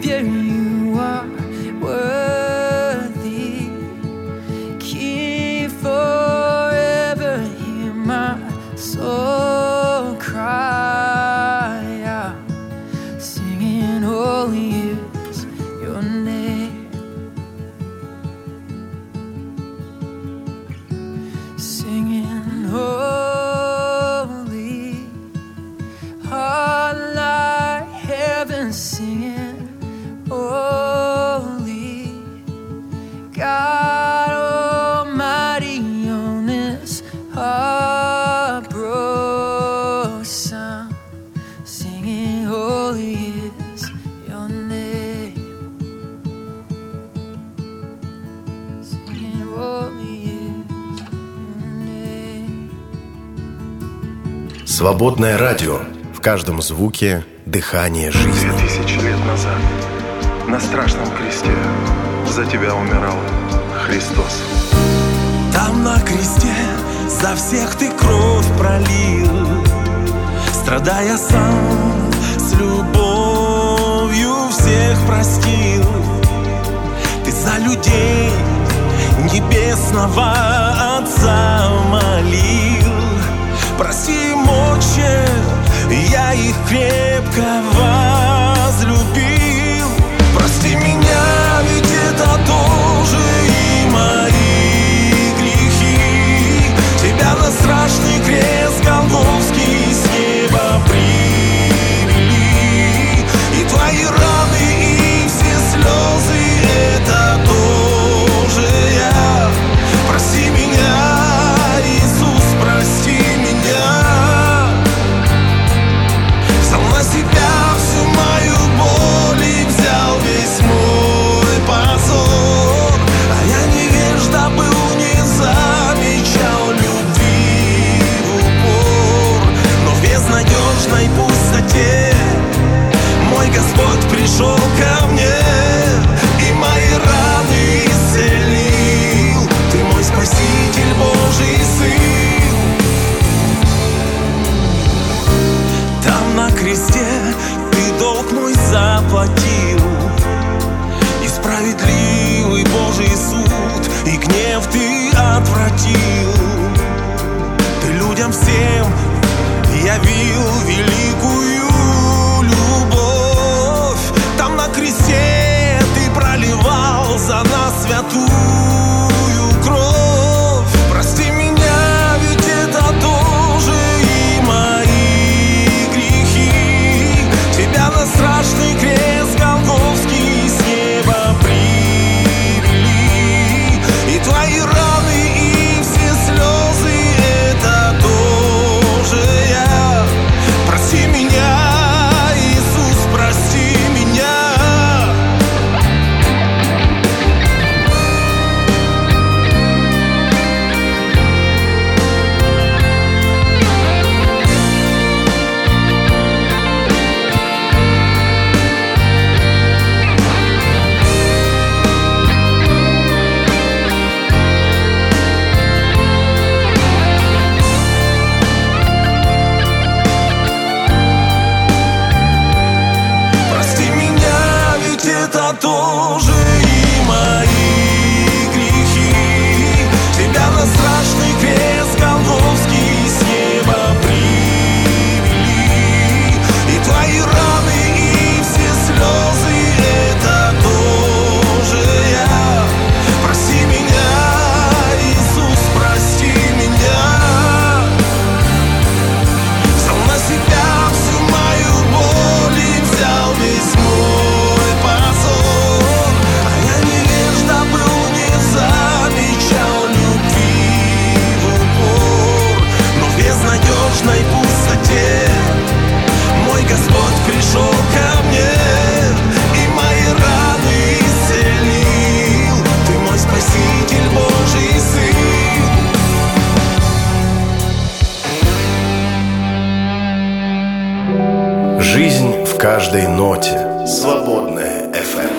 Savior, you are worthy. King forever, hear my soul cry out, singing holy is your name. Singing holy, heart like heaven, singing holy, God Almighty on this heartbroken sound, singing holy is your name. Singing holy is your name. Свободное радио. В каждом звуке дыхание жизни. 2000 лет назад на страшном кресте за тебя умирал Христос. Там на кресте за всех ты кровь пролил, страдая сам, с любовью всех простил. Ты за людей небесного Отца молил. Прости им, Отче, я их крепко возлюбил. Прости меня, ведь это тоже и мои грехи. Тебя на страшный крест Голгофский с неба привели. И твои раны, и все слезы, это тоже я. Прости меня, Иисус, прости меня. Взял на себя всю мою боль и взял весь мой позор. А я невежда был, не замечал любви в упор. Но в безнадежной пустоте мой Господь пришел ко мне и мои раны исцелил. Ты мой Спаситель, Божий Сын. Там на кресте ты долг мой заплатил, и справедливый Божий суд, и гнев ты отвратил. Ты людям всем явил великую любовь. Там на кресте ты проливал за нас святую кровь. Прости меня, ведь это тоже и мои грехи. Тебя на страшный крест Голгофский с неба привели. И твои раны, и все слезы, это тоже я. Прости меня, Иисус, прости меня. Прости меня, ведь это тоже и мои грехи. Тебя на страшный крест Голгофский с неба привели. И твои раны, и все слезы, это тоже я. Прости меня, Иисус, прости меня. Взял на себя всю мою боль и взял весь мой позор. А я невежда был, не замечал любви в упор. Но в безнадежной пустоте мой Господь пришел ко мне и мои раны исцелил. Ты мой Спаситель, Божий Сын. Жизнь в каждой ноте. Свободная FM.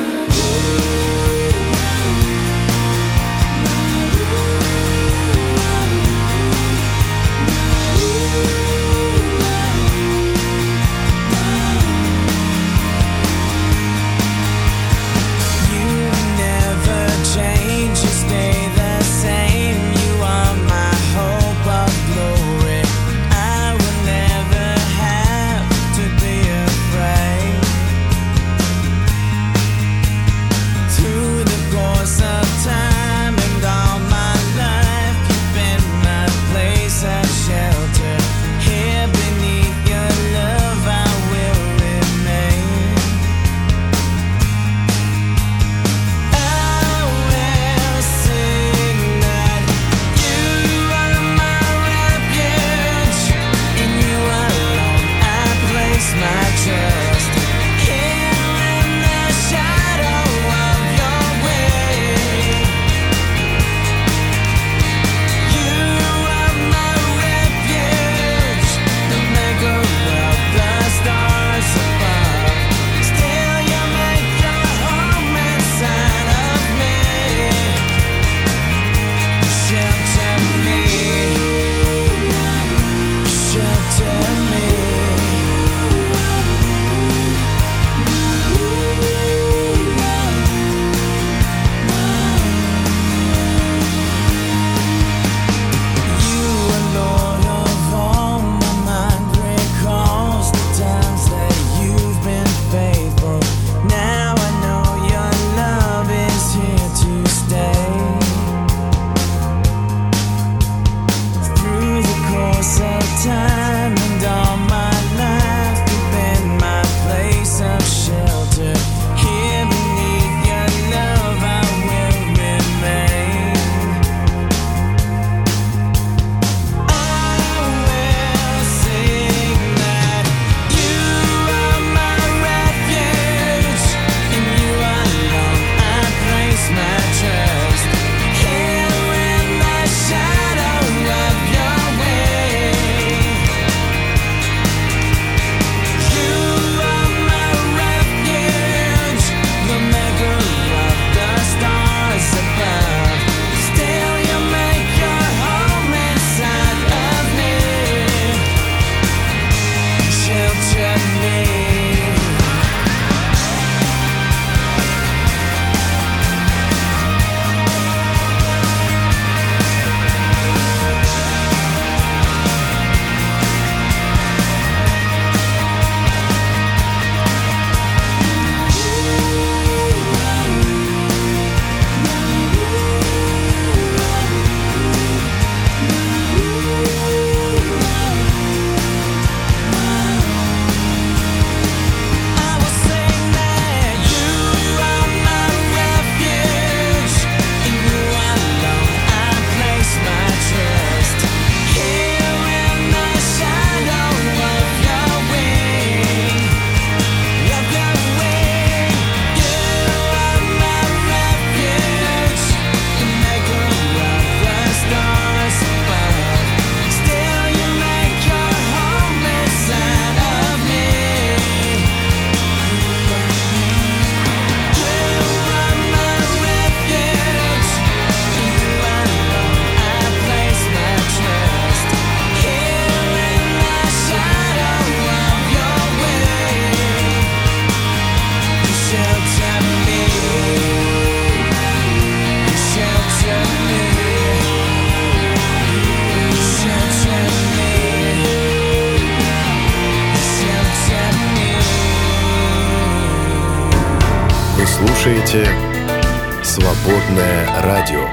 Вы слушаете «Свободное радио».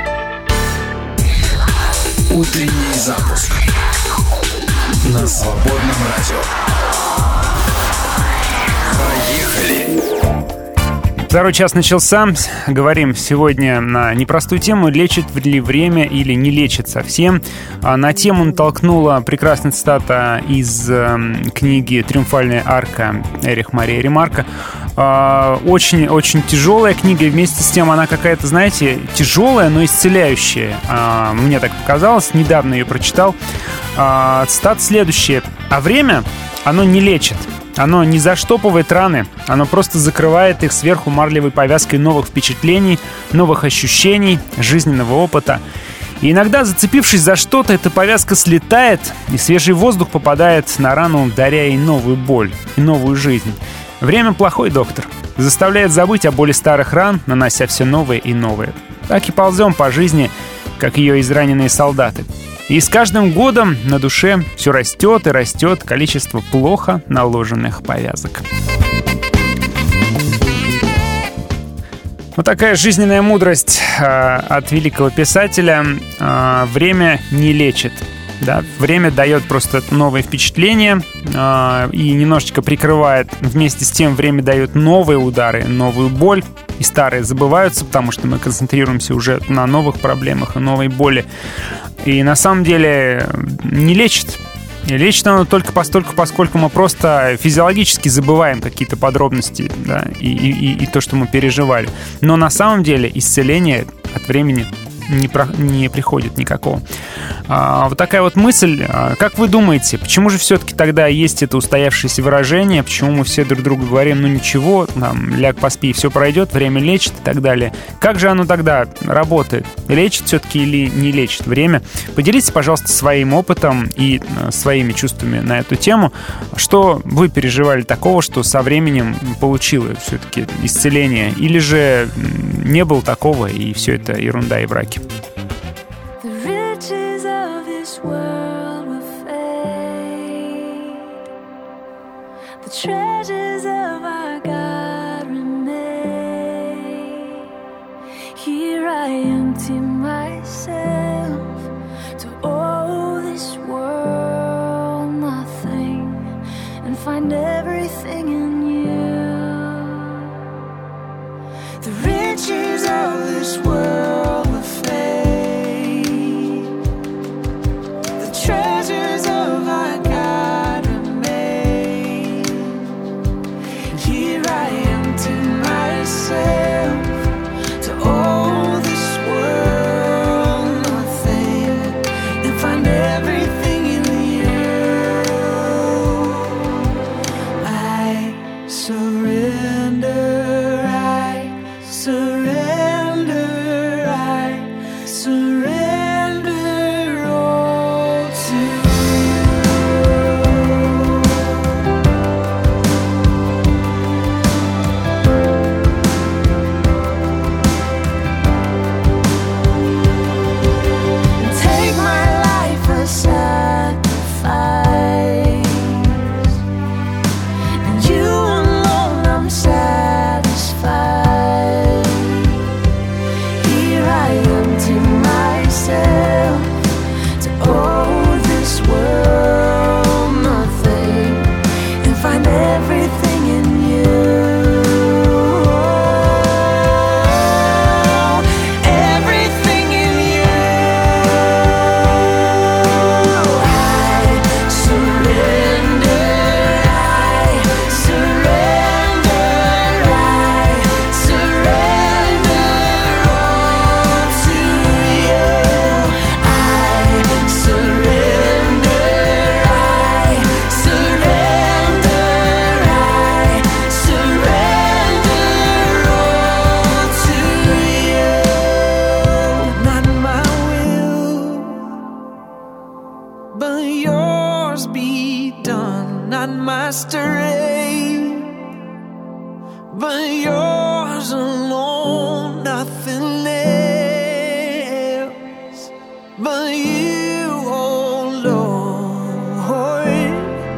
Утренний запуск на Свободном радио. Поехали! Второй час начался. Говорим сегодня на непростую тему: лечит ли время или не лечит совсем. На тему натолкнула прекрасная цитата из книги «Триумфальная арка» Эрих Мария Ремарка. Очень тяжелая книга, и вместе с тем она какая-то, знаете, тяжелая, но исцеляющая. Мне так показалось, недавно ее прочитал. Цитата следующая: «А время, оно не лечит. Оно не заштопывает раны, оно просто закрывает их сверху марлевой повязкой новых впечатлений, новых ощущений, жизненного опыта. И иногда, зацепившись за что-то, эта повязка слетает, и свежий воздух попадает на рану, даря ей новую боль и новую жизнь. Время плохой доктор. Заставляет забыть о боли старых ран, нанося все новые и новые. Так и ползем по жизни, как ее израненные солдаты. И с каждым годом на душе все растет и растет количество плохо наложенных повязок». Вот такая жизненная мудрость от великого писателя. Время не лечит. Да? Время дает просто новые впечатления и немножечко прикрывает. Вместе с тем время дает новые удары, новую боль. И старые забываются, потому что мы концентрируемся уже на новых проблемах и новой боли. И на самом деле не лечит. И лечит оно только постольку, поскольку мы просто физиологически забываем какие-то подробности, да, и то, что мы переживали. Но на самом деле исцеление от времени не приходит никакого. Вот такая вот мысль. Как вы думаете, почему же все-таки тогда есть это устоявшееся выражение, почему мы все друг другу говорим: ну ничего, там, ляг, поспи, все пройдет, время лечит и так далее? Как же оно тогда работает? Лечит все-таки или не лечит время? Поделитесь, пожалуйста, своим опытом и своими чувствами на эту тему. Что вы переживали такого, что со временем получило все-таки исцеление? Или же не было такого, и все это ерунда и враки? The riches of this world will fade. The treasures of our God remain. Here I empty myself to owe this world nothing and find everything in you. The riches of this world will fade. The treasures of our God remain. Here I empty myself to owe this world nothing and find everything in you. I surrender.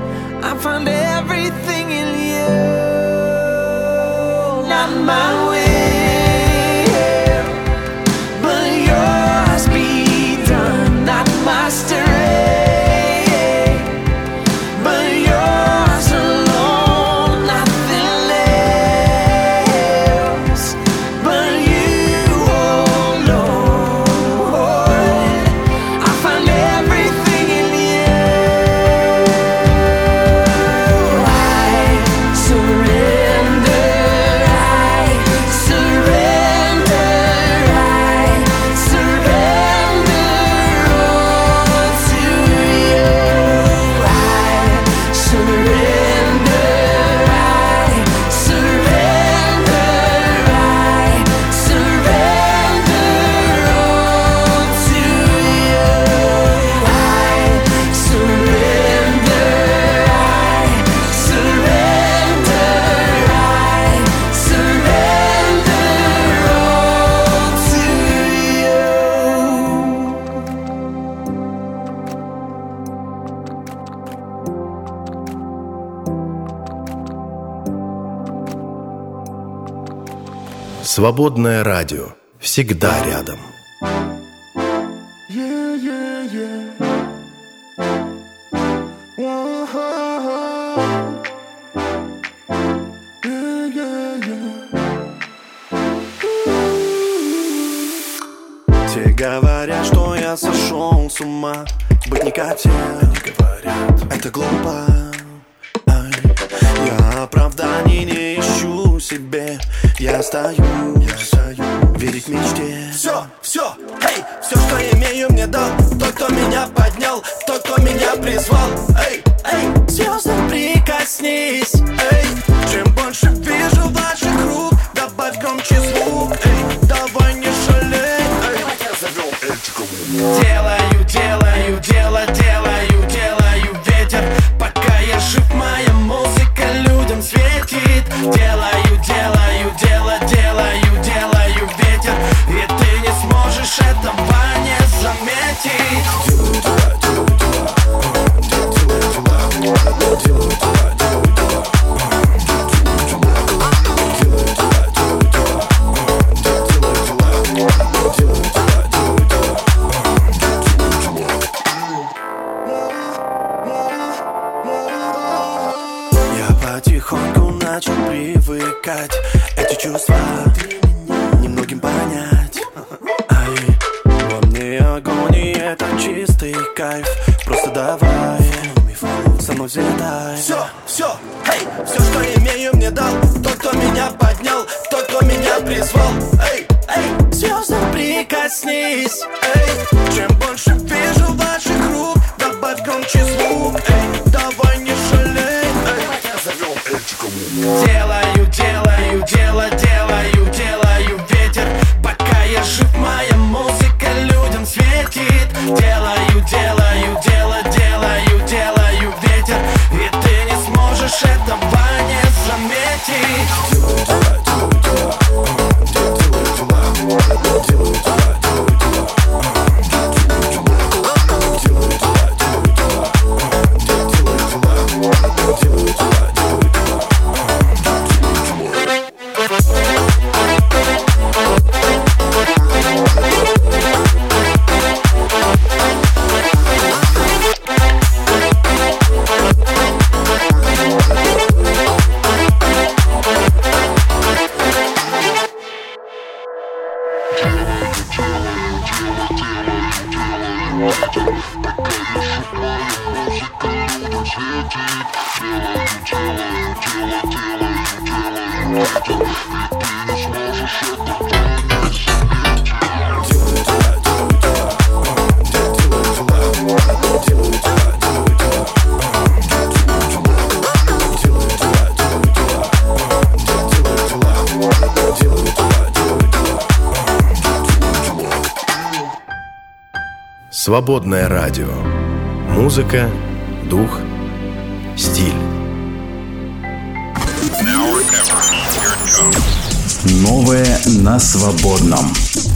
My way. Свободное радио. Всегда рядом. Те говорят, что я сошел с ума. Быть не хотел, это глупо. Ай, я оправданий не ищу себе. Я остаюсь, верить мечте. Все, эй, все, что имею, мне дал тот, кто меня поднял, тот, кто меня призвал. Эй, звезды, прикоснись. Эй, чем больше вижу ваших рук, добавь громче звук. Эй, давай не жалей. Эй, делаю ветер. Пока я жив, моя музыка людям светит. Делаю ветер. И ты не сможешь этого не заметить. Потихоньку начал привыкать. Эти чувства немногим понять. Ай, во мне огонь, и это чистый кайф. Просто давай, со мной взлетай. Все, эй, все, что имею, мне дал тот, кто меня поднял, тот, кто меня призвал. Эй, звезды, прикоснись. Эй, чем больше вижу ваших рук, добавь громче звук. Эй, давай не жалей. Делаю ветер. Пока я жив, моя музыка людям светит. Делаю ветер. И ты не сможешь этого не заметить. Свободное радио. Музыка, дух, стиль. Новое на свободном.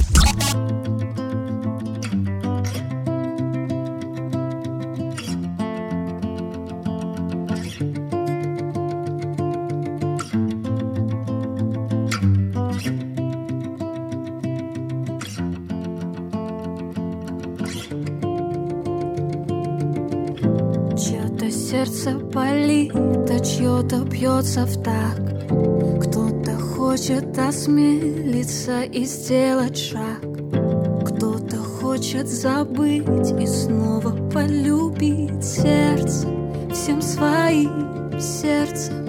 Чьё-то сердце болит, а чьё-то бьется в такт. Кто-то хочет осмелиться и сделать шаг. Кто-то хочет забыть и снова полюбить сердце всем своим сердцем.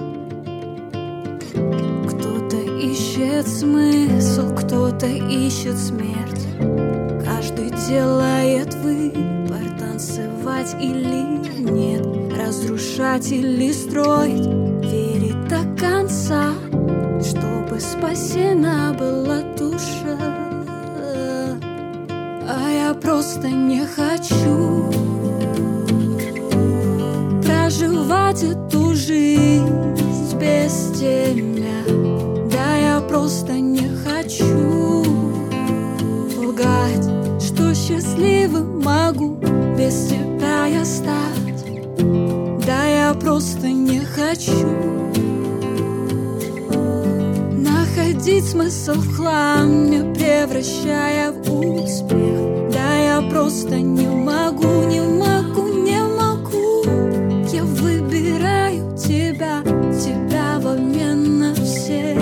Кто-то ищет смысл, кто-то ищет смерть. Каждый делает выбор, танцевать или нет, разрушать или строить, верить до конца, чтобы спасена была душа. А я просто не хочу проживать эту жизнь без тебя. Да, я просто не хочу лгать, что счастливым могу без тебя я стать. Да, я просто не хочу находить находить смысл в хламе, превращая в успех. Да я просто не могу, не могу, не могу. Я выбираю тебя, тебя в обмен на всех.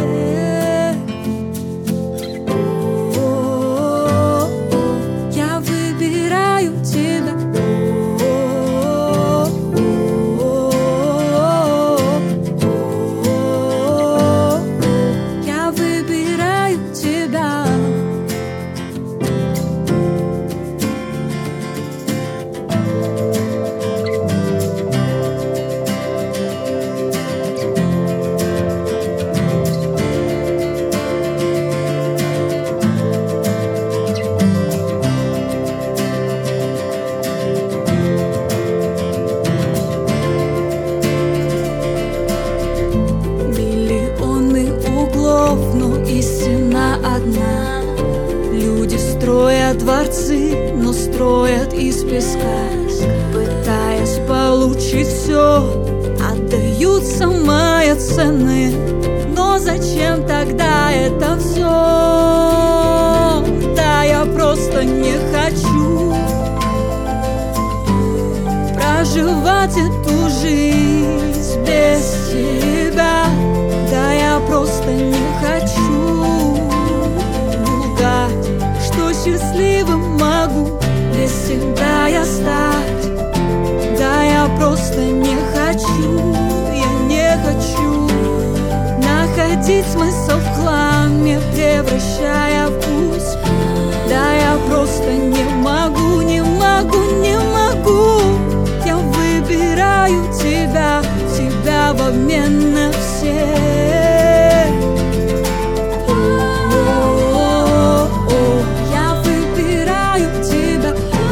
Я выбираю тебя. Я выбираю тебя. Миллионы углов, но истина одна. Люди строят дворцы, но строят из песка. Пытаясь получить все, отдают самые цены. Но зачем тогда это все? Да я просто не хочу проживать эту жизнь без тебя. Да я просто не хочу лгать, что счастливым могу без тебя я стать. Да я просто не хочу, я не хочу находить смысл в хламе, превращая в успех. Да я просто не могу, не могу, не могу. Я выбираю тебя, тебя в обмен на всех. Я выбираю тебя.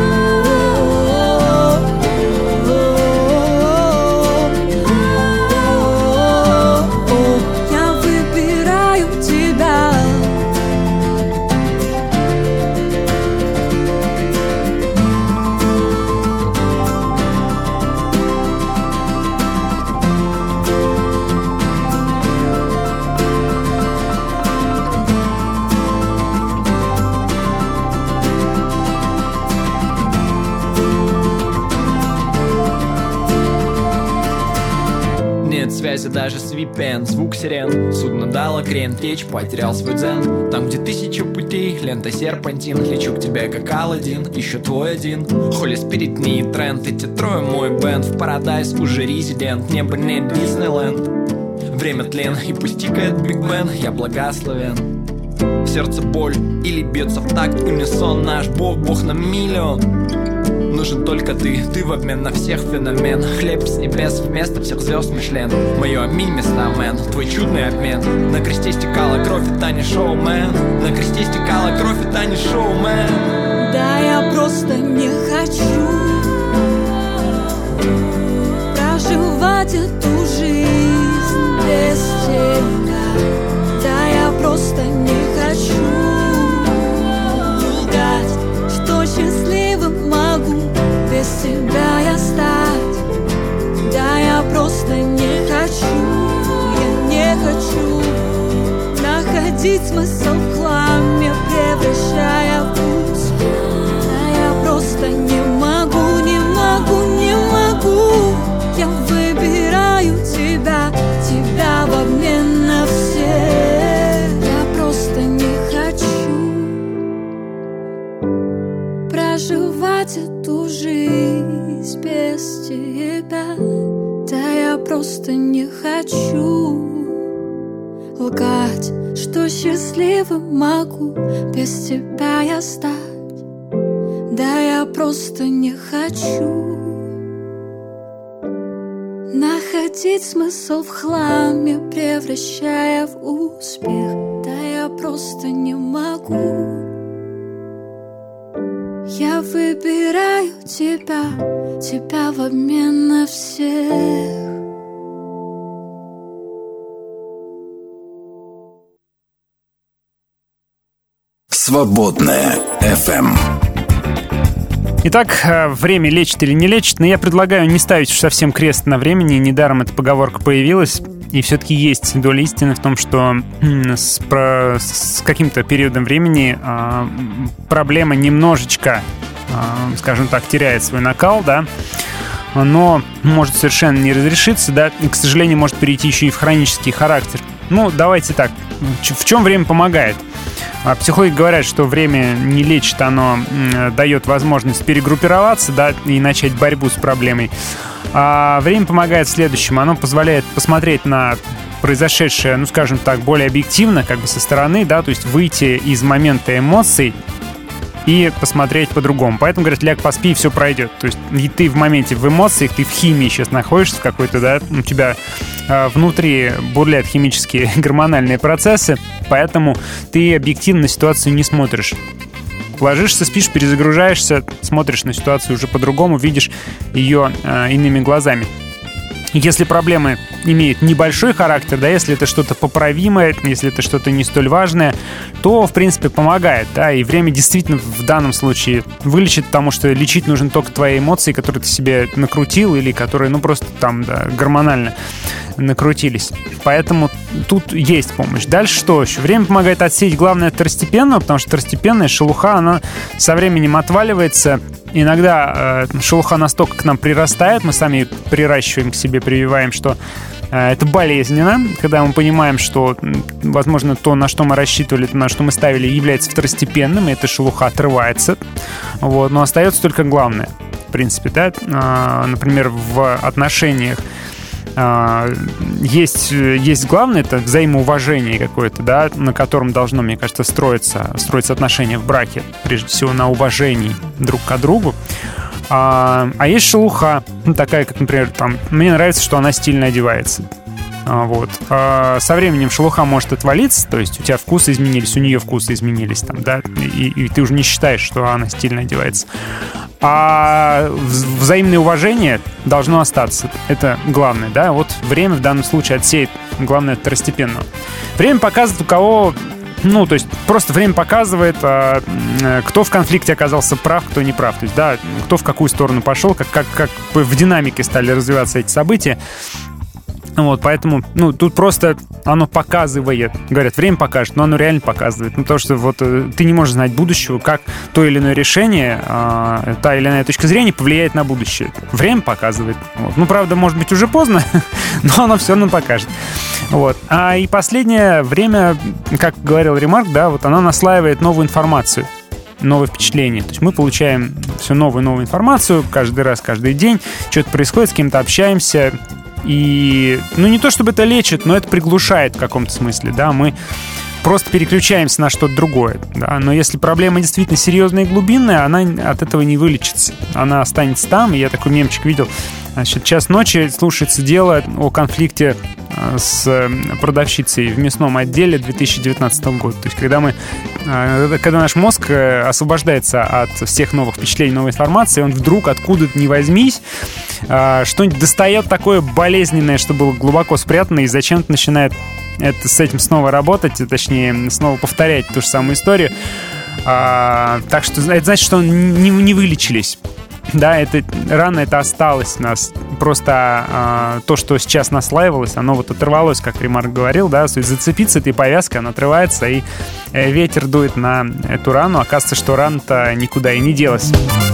Я выбираю тебя. Нет связи даже с VPN, звук сирен. Судно дало крен, течь, потерял свой дзен. Там, где тысячу путей, лента серпантин. Лечу к тебе, как Аладдин, еще твой один. Холли Спирит, не тренд, эти трое мой бенд. В Парадайз уже резидент, небо не Диснейленд. Время тлен, и пусть тикает Биг Бен, я благословен. В сердце боль, или бьется в такт унисон. Наш Бог, Бог на миллион. Нужен только ты в обмен на всех феномен. Хлеб с небес вместо всех звезд Мишлен. Мое аминь, местамен, твой чудный обмен. На кресте стекала кровь, и та не шоумен. На кресте стекала кровь, и та не шоумен. Да я просто не хочу проживать эту жизнь без тебя. Да я просто не хочу лгать, что счастливым могу без тебя я стать. Да я просто не хочу, я не хочу находить смысл в хламе, превращая в успех. Да я просто не могу, не могу, не могу. Я выбираю тебя, тебя в обмен на всех. Я просто не хочу проживать эту жизнь без тебя. Да я просто не хочу лгать, что счастливым могу без тебя я стать. Да я просто не хочу находить смысл в хламе, превращая в успех. Да я просто не могу. Я выбираю тебя, тебя в обмен на всех. Свободная FM. Итак, время лечит или не лечит, но я предлагаю не ставить уж совсем крест на времени, недаром эта поговорка появилась, и все-таки есть доля истины в том, что с каким-то периодом времени проблема немножечко, скажем так, теряет свой накал, да, но может совершенно не разрешиться, да, и, к сожалению, может перейти еще и в хронический характер. Ну, давайте так, в чем время помогает? Психологи говорят, что время не лечит, оно дает возможность перегруппироваться, да, и начать борьбу с проблемой. А время помогает в следующем. Оно позволяет посмотреть на произошедшее, ну, скажем так, более объективно, как бы со стороны, да, то есть выйти из момента эмоций и посмотреть по-другому. Поэтому, говорят, ляг, поспи, и все пройдет. То есть и ты в моменте, в эмоциях, ты в химии сейчас находишься в какой-то, да, у тебя внутри бурлят химические гормональные процессы, поэтому ты объективно на ситуацию не смотришь. Ложишься, спишь, перезагружаешься, смотришь на ситуацию уже по-другому, видишь ее иными глазами. Если проблемы имеют небольшой характер, да, если это что-то поправимое, если это что-то не столь важное, то, в принципе, помогает, да, и время действительно в данном случае вылечит, потому что лечить нужно только твои эмоции, которые ты себе накрутил или которые, ну, просто там, да, гормонально накрутились. Поэтому тут есть помощь. Дальше что еще? Время помогает отсеять, главное, второстепенного, потому что второстепенная шелуха, она со временем отваливается. Иногда шелуха настолько к нам прирастает, мы сами приращиваем к себе, прививаем, что это болезненно, когда мы понимаем, что, возможно, то, на что мы рассчитывали, то, на что мы ставили, является второстепенным, и эта шелуха отрывается. Вот, но остается только главное, в принципе, да. Например, в отношениях есть главное, это взаимоуважение какое-то, да, на котором должно, мне кажется, строиться отношения в браке, прежде всего на уважении друг к другу. А есть шелуха, ну, такая, как, например, там, мне нравится, что она стильно одевается. Вот. Со временем шелуха может отвалиться, то есть у тебя вкусы изменились, у нее вкусы изменились, там, да, и ты уже не считаешь, что она стильно одевается. А взаимное уважение должно остаться. Это главное, да. Вот время в данном случае отсеет, главное, второстепенного. Время показывает, у кого... Ну, то есть просто время показывает, кто в конфликте оказался прав, кто не прав. То есть, да, кто в какую сторону пошел, как в динамике стали развиваться эти события. Вот, поэтому, ну, тут просто оно показывает. Говорят, время покажет, но оно реально показывает. Ну, то, что вот ты не можешь знать будущего, как то или иное решение, та или иная точка зрения повлияет на будущее. Время показывает. Вот. Ну, правда, может быть, уже поздно, но оно все равно покажет. Вот. И последнее время, как говорил Ремарк, да, вот оно наслаивает новую информацию, новые впечатления. То есть мы получаем все новую и новую информацию каждый раз, каждый день. Что-то происходит, с кем-то общаемся. И, ну, не то чтобы это лечит, но это приглушает в каком-то смысле, да, мы просто переключаемся на что-то другое, да, но если проблема действительно серьезная и глубинная, она от этого не вылечится, она останется там, и я такой мемчик видел, значит, час ночи слушается дело о конфликте с продавщицей в мясном отделе 2019 года, то есть когда наш мозг освобождается от всех новых впечатлений, новой информации, он вдруг откуда-то ни возьмись что-нибудь достает такое болезненное, что было глубоко спрятано, и зачем-то начинает с этим снова работать, точнее, снова повторять ту же самую историю. Так что это значит, что не вылечились. Да, это рано это осталось у нас. Просто то, что сейчас наслаивалось, оно вот оторвалось, как Ремарк говорил, да, то есть зацепиться этой повязкой, она отрывается, и ветер дует на эту рану. Оказывается, что рана-то никуда и не делась.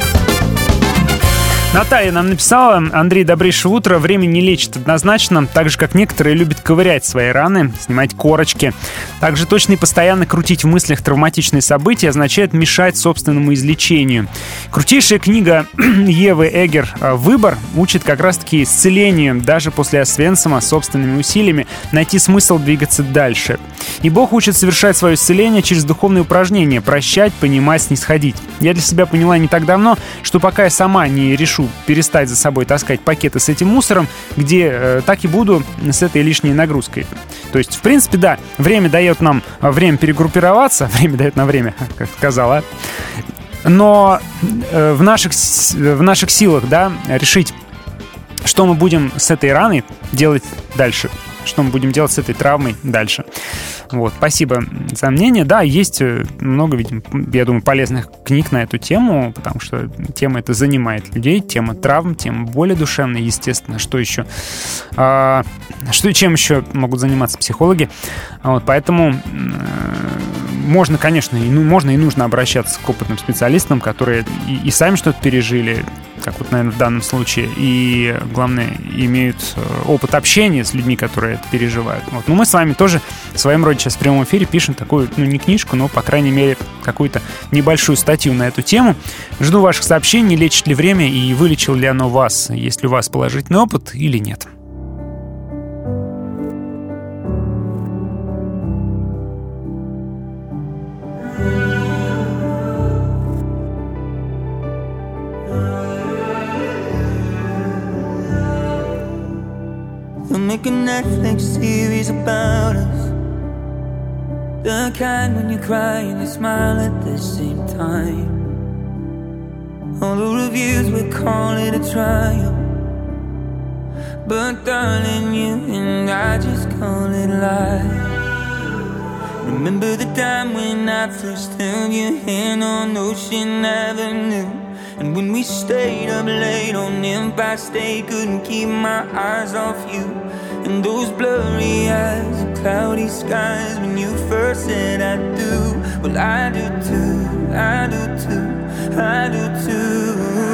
Наталья нам написала: Андрей, добрейшее утро. Время не лечит однозначно, так же, как некоторые любят ковырять свои раны, снимать корочки. Также точно и постоянно крутить в мыслях травматичные события означает мешать собственному излечению. Крутейшая книга Евы Эггер «Выбор» учит как раз-таки исцелению, даже после Освенцима, собственными усилиями найти смысл двигаться дальше. И Бог учит совершать свое исцеление через духовные упражнения: прощать, понимать, снисходить. Я для себя поняла не так давно, что пока я сама не решу перестать за собой таскать пакеты с этим мусором, где так и буду с этой лишней нагрузкой. То есть, в принципе, да, время дает нам время перегруппироваться, время дает нам время, как сказала, но в наших силах, да, решить, что мы будем с этой раной делать дальше. что мы будем делать с этой травмой дальше. Вот, спасибо за мнение. Да, есть много, видимо, я думаю, полезных книг на эту тему, потому что тема эта занимает людей, тема травм, тема боли душевной, естественно. Что еще? Чем еще могут заниматься психологи? Вот, поэтому можно, конечно, можно и нужно обращаться к опытным специалистам, которые и сами что-то пережили, как вот, наверное, в данном случае, и, главное, имеют опыт общения с людьми, которые это переживают. Вот. Но мы с вами тоже в своем роде сейчас в прямом эфире пишем такую, не книжку, но, по крайней мере, какую-то небольшую статью на эту тему. Жду ваших сообщений, лечит ли время и вылечил ли оно вас, есть ли у вас положительный опыт или нет. Make a Netflix series about us. The kind when you cry and you smile at the same time. All the reviews would call it a trial, but darling, you and I just call it life. Remember the time when I first held your hand on Ocean Avenue, and when we stayed up late on Empire State, couldn't keep my eyes off you. And those blurry eyes and cloudy skies when you first said I do. Well, I do too, I do too, I do too.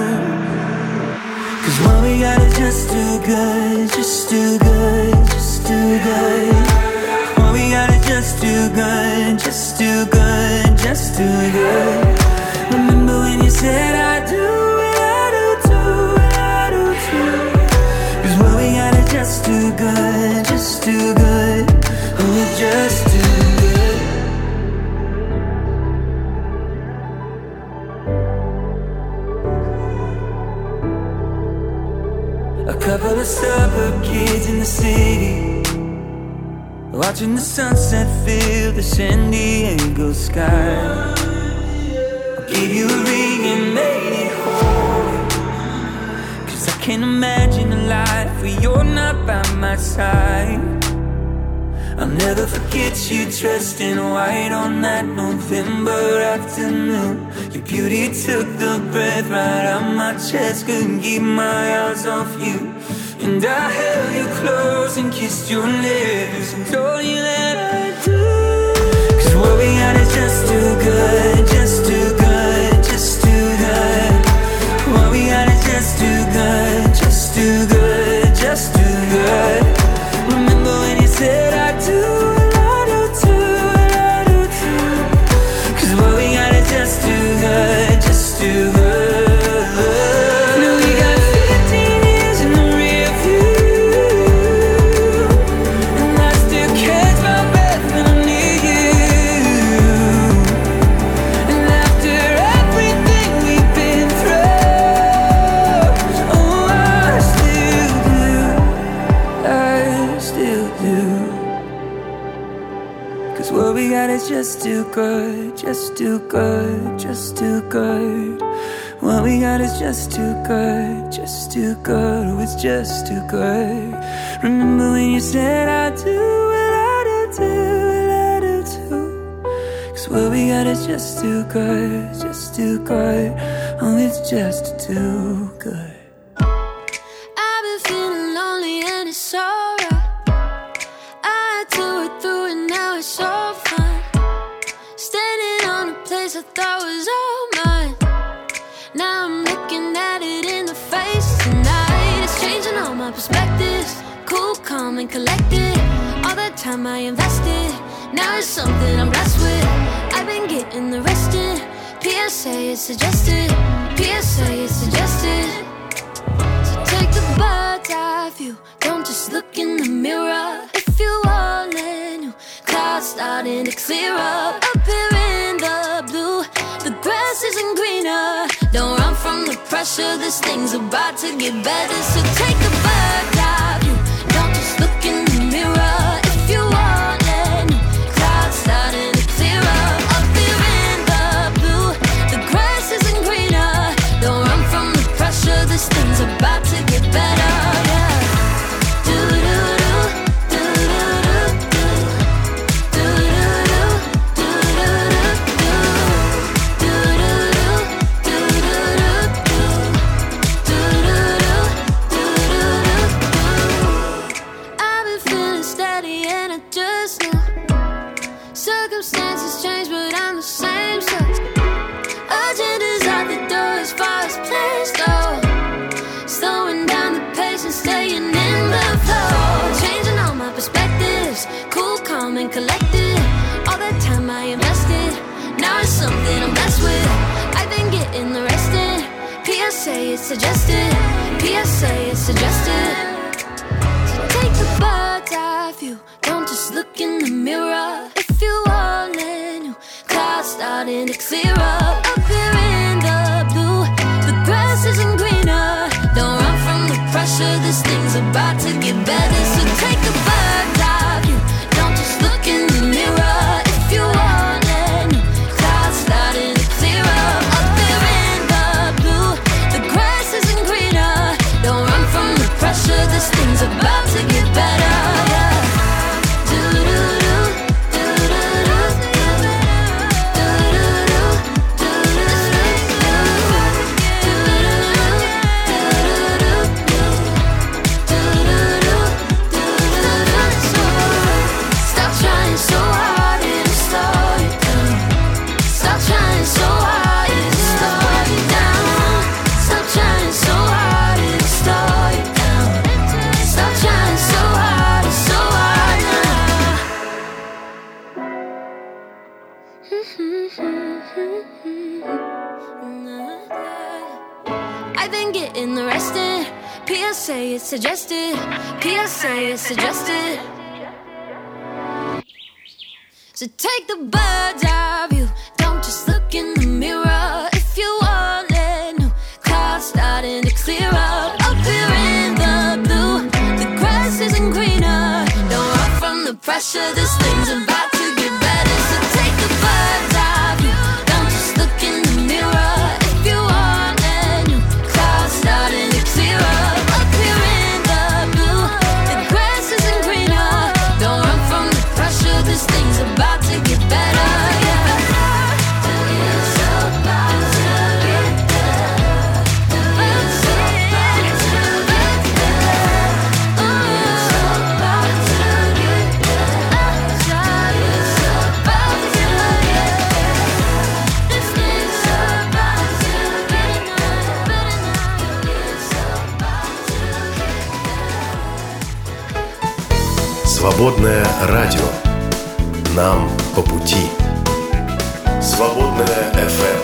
Cause what we got is just too good, just too good, just too good. What we got is just too good, just too good, just too good. Remember when you said I do, I do too, I do too. Cause what we got is just too good, just too good. Oh, it's just too good. A couple of suburb kids in the city, watching the sunset fill the San Diego sky. I gave you a ring and made it home, cause I can't imagine a life where you're not by my side. I'll never forget you dressed in white on that November afternoon. Your beauty took the breath right out my chest, couldn't keep my eyes off you. And I held you close and kissed your lips and told you that I do. Cause what we got is just too good, just too good, just too good. What we got is just too good, just too good, just too good. Remember when you said I do, and I do too, and I do too. Cause what we got is just too good, just too good. Now we got 15 years in the rear view, and I still catch my breath when I'm near you. And after everything we've been through, oh, I still do. Cause what we got is just too good, just too good, just too good. What we got is just too good, just too good. Oh, it's just too good. Remember when you said I do, and I do too, and I do too. Cause what we got is just too good, just too good. Oh, it's just too good. I've been feeling lonely and it's alright. I tore it through and now it's all fine. Standing on a place I thought was all mine. Now I'm looking at it in the face tonight. It's changing all my perspectives. Cool, calm and collected. All the time I invested, now it's something I'm blessed with. I've been getting the rest in. PSA is suggested, PSA is suggested. So take the bird's eye view, don't just look in the mirror. If you want it new, clouds starting to clear up. Up here in the blue, the grass isn't greener. Don't run from the pressure, this thing's about to get better. So take a bird's eye view, don't just look in the mirror. If you want it new, clouds starting to clear up. Up here in the blue, the grass isn't greener. Don't run from the pressure, this thing's about to get better. Yeah. Do do do do has changed, but I'm the same. So agenda's out the door as far as plans go. Slowing down the pace and staying in the flow. Changing all my perspectives, cool, calm, and collected. All that time I invested, now it's something I'm blessed with. I've been getting the rest in. PSA, it's suggested. PSA, it's suggested. So take the bird's eye view, don't just look in the mirror. If you want it, new clouds starting to clear up. Up here in the blue, the grass isn't greener. Don't run from the pressure, this thing's about to get better. So take the bird's eye view, don't just look in the mirror. If you want it, new clouds starting to clear up. Up here in the blue, the grass isn't greener. Don't run from the pressure, this thing's about to get better. Yeah. I've been getting the rest in. PSA, it's suggested. PSA, it's suggested. So take the bird's eye view, don't just look in the mirror. If you want it, new clouds starting to clear up. Up here in the blue, the grass isn't greener. Don't run from the pressure, this thing's about to get better. So take the bird's eye view, don't just look in the mirror. If you want it, new clouds starting to clear up. Up here in the blue, the grass isn't greener. Don't run from the pressure, this thing's about to get better. Yeah. It's about to get better. It's about to get better. It's about to get better. It's about to get better. This is about to get better. It's about to get better. Свободное радио. Нам по пути. Свободное FM.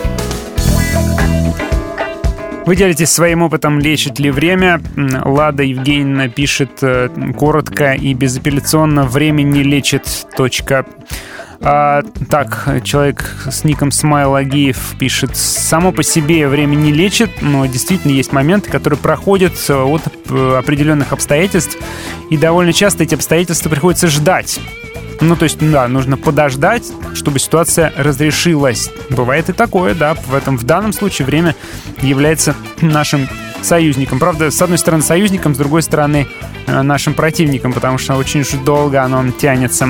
Вы делитесь своим опытом, лечит ли время. Лада Евгеньевна пишет коротко и безапелляционно: время не лечит. Точка. Так, человек с ником Смайл Агиев пишет: само по себе время не лечит, но действительно есть моменты, которые проходят от определенных обстоятельств, и довольно часто эти обстоятельства приходится ждать. Ну, то есть, да, нужно подождать, чтобы ситуация разрешилась. Бывает и такое, да. В данном случае время является нашим союзником. Правда, с одной стороны союзником, с другой стороны нашим противником, потому что очень уж долго оно тянется.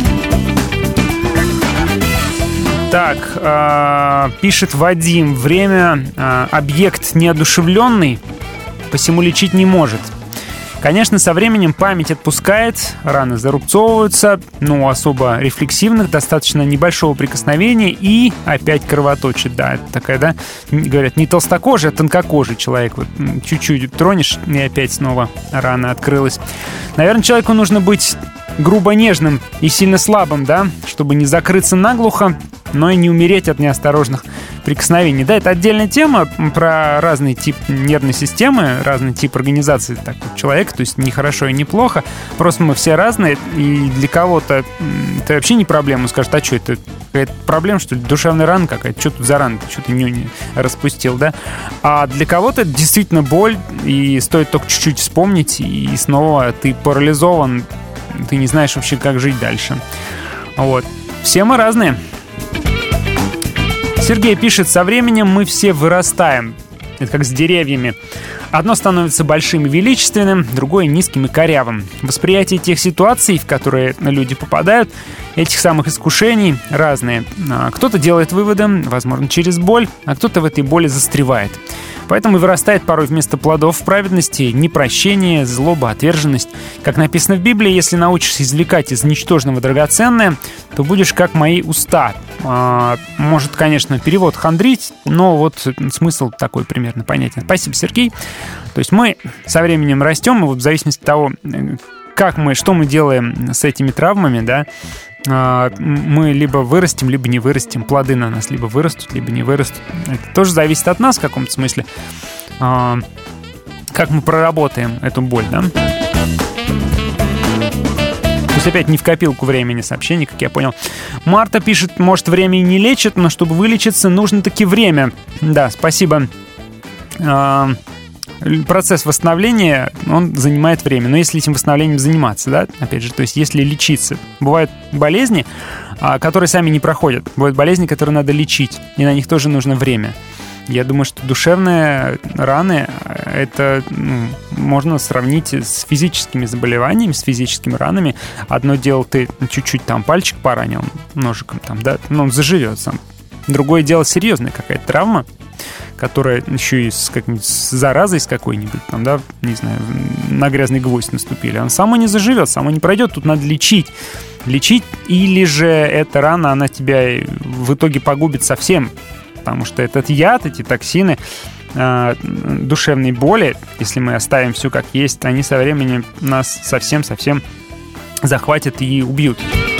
Так, пишет Вадим: время объект неодушевленный, посему лечить не может. Конечно, со временем память отпускает, раны зарубцовываются, но особо рефлексивных, достаточно небольшого прикосновения и опять кровоточит. Да, это такая, да, говорят, не толстокожий, а тонкокожий человек. Вот чуть-чуть тронешь, и опять снова рана открылась. Наверное, человеку нужно быть грубо нежным и сильно слабым, да, чтобы не закрыться наглухо, но и не умереть от неосторожных прикосновений. Да, это отдельная тема про разный тип нервной системы, разный тип организации человека, то есть не хорошо и не плохо, просто мы все разные, и для кого-то это вообще не проблема, он скажет: а что, это какая-то проблема, что ли, душевная рана какая-то, что тут за рана, что ты нюни распустил, да? А для кого-то это действительно боль, и стоит только чуть-чуть вспомнить, и снова ты парализован, ты не знаешь вообще, как жить дальше. Вот. Все мы разные. Сергей пишет: со временем мы все вырастаем. Это как с деревьями. Одно становится большим и величественным, другое низким и корявым. Восприятие тех ситуаций, в которые люди попадают, этих самых искушений, разные. Кто-то делает выводы, возможно, через боль, а кто-то в этой боли застревает. Поэтому и вырастает порой вместо плодов праведности непрощение, злоба, отверженность. Как написано в Библии, если научишься извлекать из ничтожного драгоценное, то будешь как мои уста. Может, конечно, перевод хандрить, но вот смысл такой примерно понятен. Спасибо, Сергей. То есть мы со временем растем, и вот в зависимости от того, что мы делаем с этими травмами, да, мы либо вырастем, либо не вырастем. Плоды на нас либо вырастут, либо не вырастут. Это тоже зависит от нас в каком-то смысле. Как мы проработаем эту боль, да? То есть опять не в копилку времени сообщений, как я понял. Марта пишет, может, время и не лечит, но чтобы вылечиться, нужно таки время. Да, спасибо. Процесс восстановления, он занимает время. Но если этим восстановлением заниматься, да, опять же, то есть если лечиться. Бывают болезни, которые сами не проходят. Бывают болезни, которые надо лечить, и на них тоже нужно время. Я думаю, что душевные раны, это можно сравнить с физическими заболеваниями, с физическими ранами. Одно дело, ты чуть-чуть там пальчик поранил ножиком, там, да, он заживет сам. Другое дело, серьезная какая-то травма, которая еще и с заразой с какой-нибудь, там, да, не знаю, на грязный гвоздь наступили. Он само не заживет, само не пройдет, тут надо лечить. Лечить, или же эта рана, она тебя в итоге погубит совсем, потому что этот яд, эти токсины, душевные боли, если мы оставим все как есть, они со временем нас совсем-совсем захватят и убьют.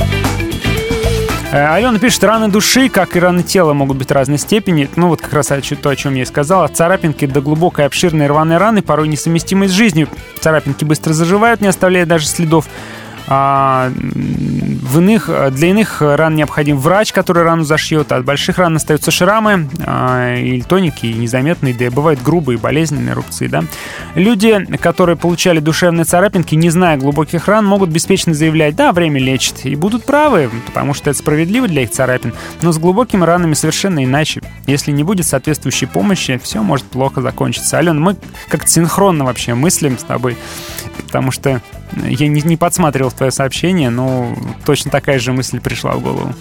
Алена пишет, раны души, как и раны тела, могут быть разной степени. Ну, вот как раз то, о чем я и сказал. От царапинки до глубокой, обширной рваной раны, порой несовместимой с жизнью. Царапинки быстро заживают, не оставляя даже следов. Для иных ран необходим врач, который рану зашьет, а от больших ран остаются шрамы, или тоненькие, незаметные, да и бывают грубые, болезненные рубцы, да. Люди, которые получали душевные царапинки, не зная глубоких ран, могут беспечно заявлять, да, время лечит, и будут правы, потому что это справедливо для их царапин, но с глубокими ранами совершенно иначе. Если не будет соответствующей помощи, все может плохо закончиться. Алена, мы как-то синхронно вообще мыслим с тобой, потому что я не подсматривал твое сообщение, но точно такая же мысль пришла в голову.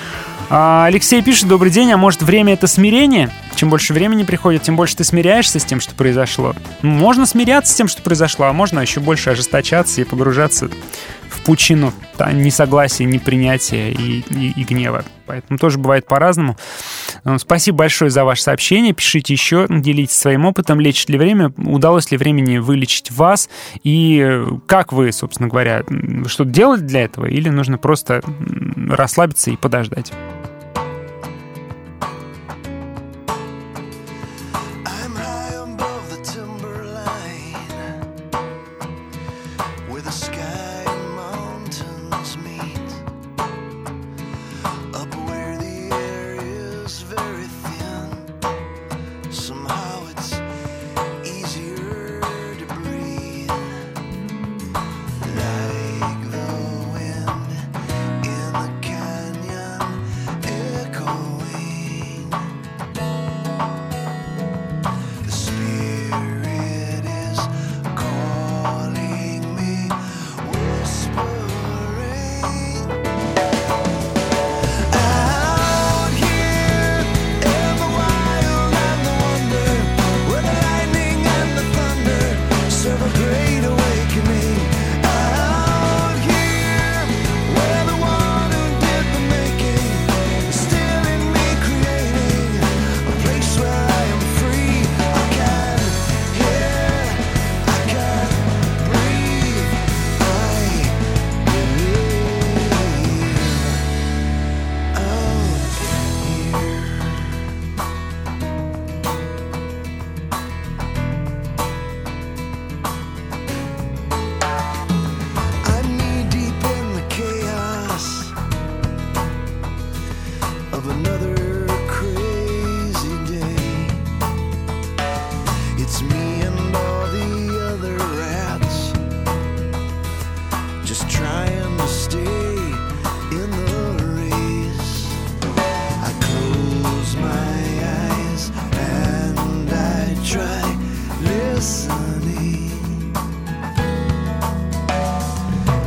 Алексей пишет, добрый день, а может время — это смирение? Чем больше времени приходит, тем больше ты смиряешься с тем, что произошло. Можно смиряться с тем, что произошло, а можно еще больше ожесточаться и погружаться в пучину несогласия, непринятия и гнева. Поэтому тоже бывает по-разному. Спасибо большое за ваше сообщение. Пишите еще, делитесь своим опытом. Лечит ли время? Удалось ли времени вылечить вас? И как вы, собственно говоря, что-то делать для этого? Или нужно просто расслабиться и подождать?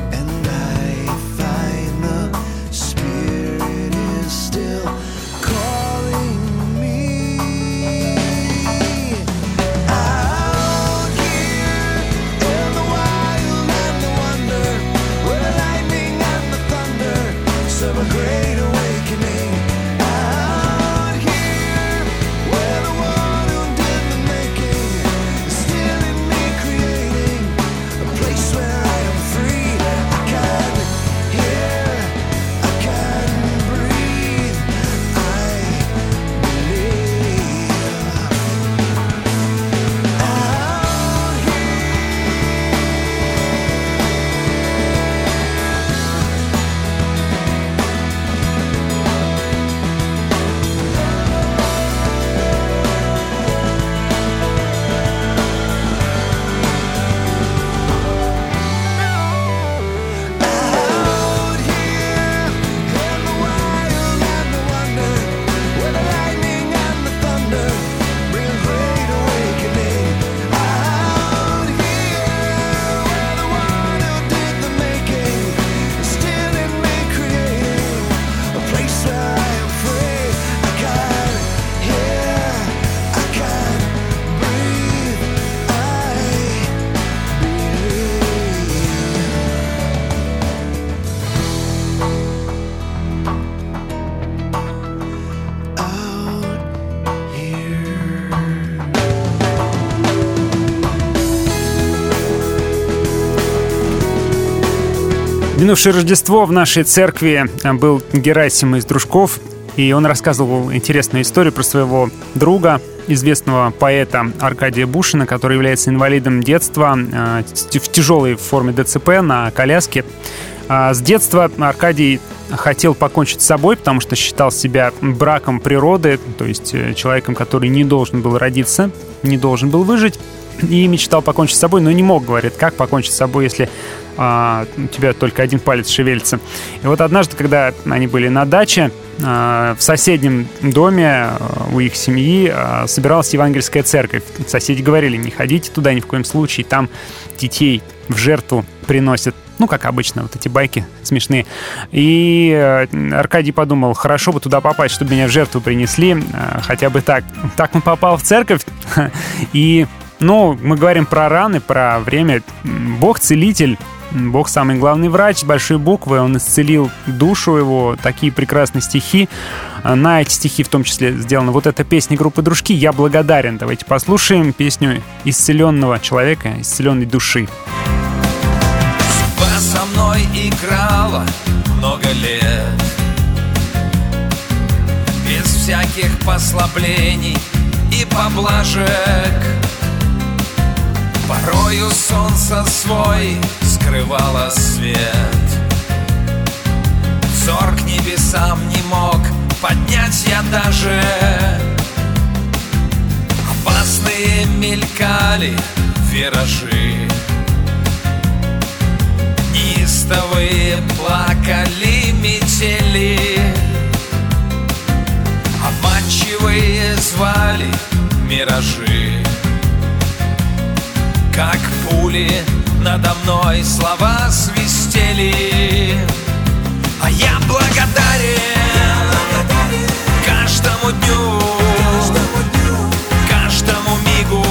Call В минувшее Рождество в нашей церкви был Герасим из Дружков, и он рассказывал интересную историю про своего друга, известного поэта Аркадия Бушина, который является инвалидом детства в тяжелой форме ДЦП на коляске. С детства Аркадий хотел покончить с собой, потому что считал себя браком природы, то есть человеком, который не должен был родиться, не должен был выжить, и мечтал покончить с собой, но не мог, говорит, как покончить с собой, если у тебя только один палец шевелится. И вот однажды, когда они были на даче, в соседнем доме у их семьи собиралась евангельская церковь. Соседи говорили: не ходите туда ни в коем случае, там детей в жертву приносят. Ну, как обычно, вот эти байки смешные. И Аркадий подумал: хорошо бы туда попасть, чтобы меня в жертву принесли, хотя бы так. Так он попал в церковь, и, ну, мы говорим про раны, про время. Бог целитель, Бог самый главный врач, с большой буквы. Он исцелил душу его. Такие прекрасные стихи. На эти стихи в том числе сделана вот эта песня группы «Дружки» «Я благодарен». Давайте послушаем песню исцеленного человека, исцеленной души. Судьба со мной играла много лет, без всяких послаблений и поблажек. Порою солнце свой скрывало свет, взор к небесам не мог поднять я даже. Опасные мелькали виражи, неистовые плакали метели, обманчивые звали миражи. Как пули надо мной слова свистели, а я благодарен каждому дню, каждому мигу,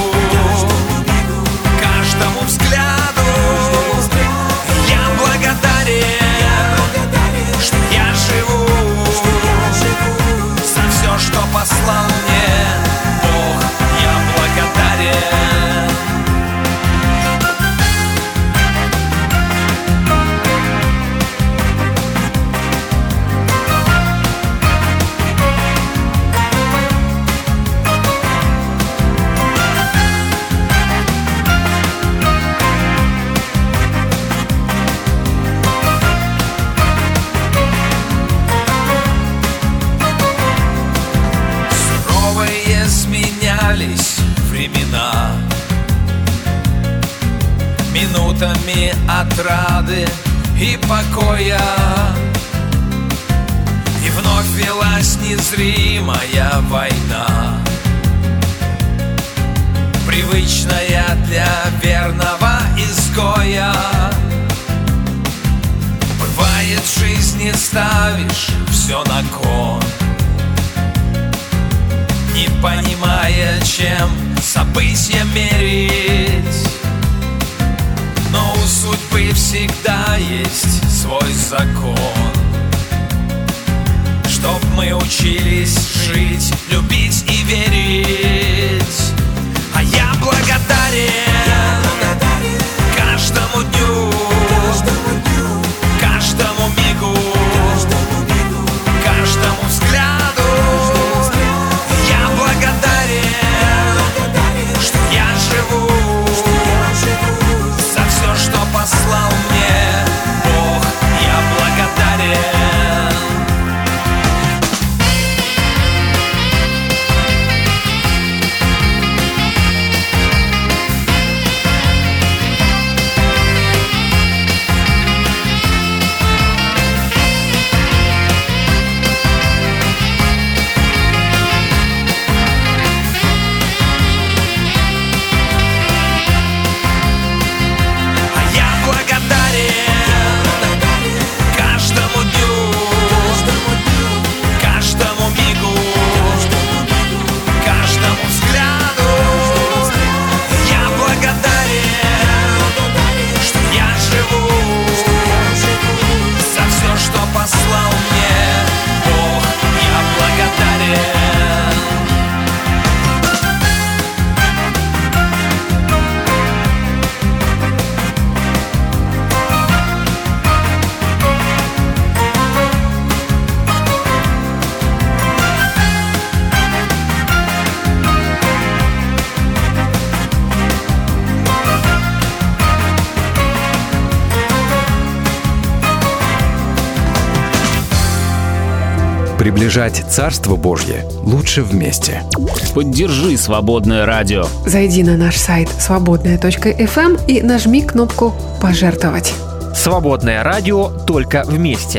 каждому взгляду. Я благодарен, что я живу, за все, что послал мне Бог. Я благодарен. Времена минутами отрады и покоя, и вновь велась незримая война, привычная для верного изгоя. Бывает, в жизни ставишь все на кон, не понимая, чем события мерить. Но у судьбы всегда есть свой закон, чтоб мы учились жить, любить и верить. А я благодарен каждому дню, каждому мигу, каждому взгляду. Я благодарен, что я живу, за все, что послал мне Бог. Я благодарен. Приближать Царство Божье лучше вместе. Поддержи «Свободное радио». Зайди на наш сайт свободная.fm и нажми кнопку «Пожертвовать». Свободное радио только вместе.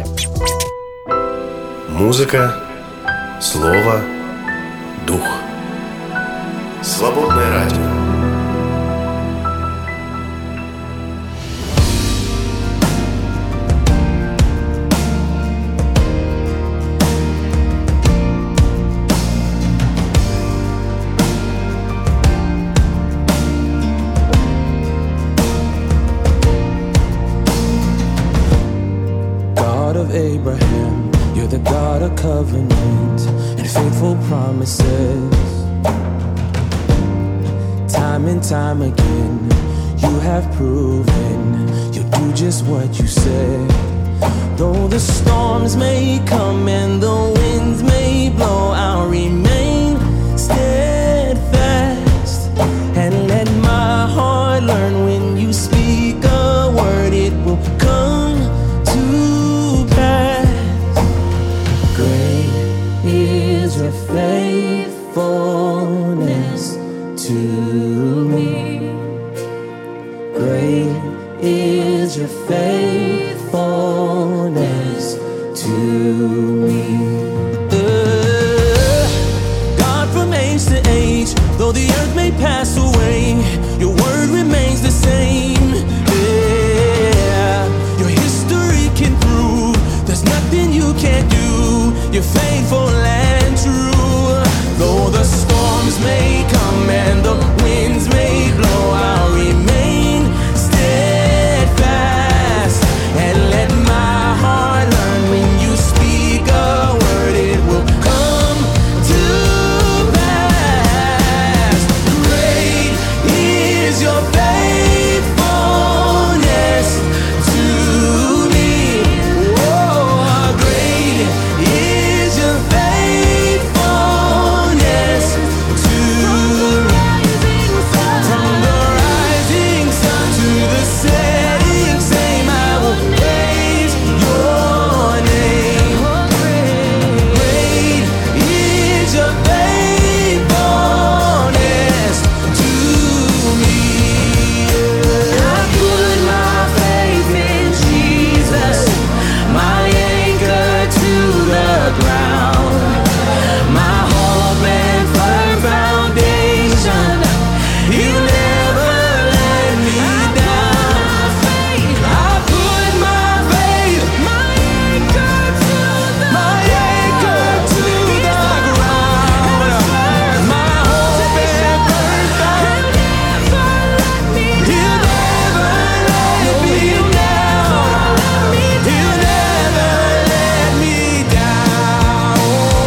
Музыка, слово, дух. Свободное радио. Abraham, you're the God of covenant and faithful promises. Time and time again, you have proven you'll do just what you said. Though the storms may come and the winds may blow, I'll remain steadfast and let my heart learn when you speak a word, it will come to pass. Great is your faithfulness to me. Great is your faithfulness to me. God from age to age, though the earth may pass away, your word remains the same. Yeah, your history can prove there's nothing you can't do. You're faithful and true. Though the storms may come and the winds may blow, I'll remain steadfast and let my heart learn when you speak a word, it will come to pass. Great is your faithfulness to me. Oh, great is your faithfulness to me. From the rising sun to the setting same, I will praise your name. Great is your faithfulness to me. I put my faith in Jesus, my anchor to the ground, my hope and firm foundation. He'll never let me down. I put my faith, my anchor to the ground, my hope and firm foundation. He'll never let me down. He'll never let me down.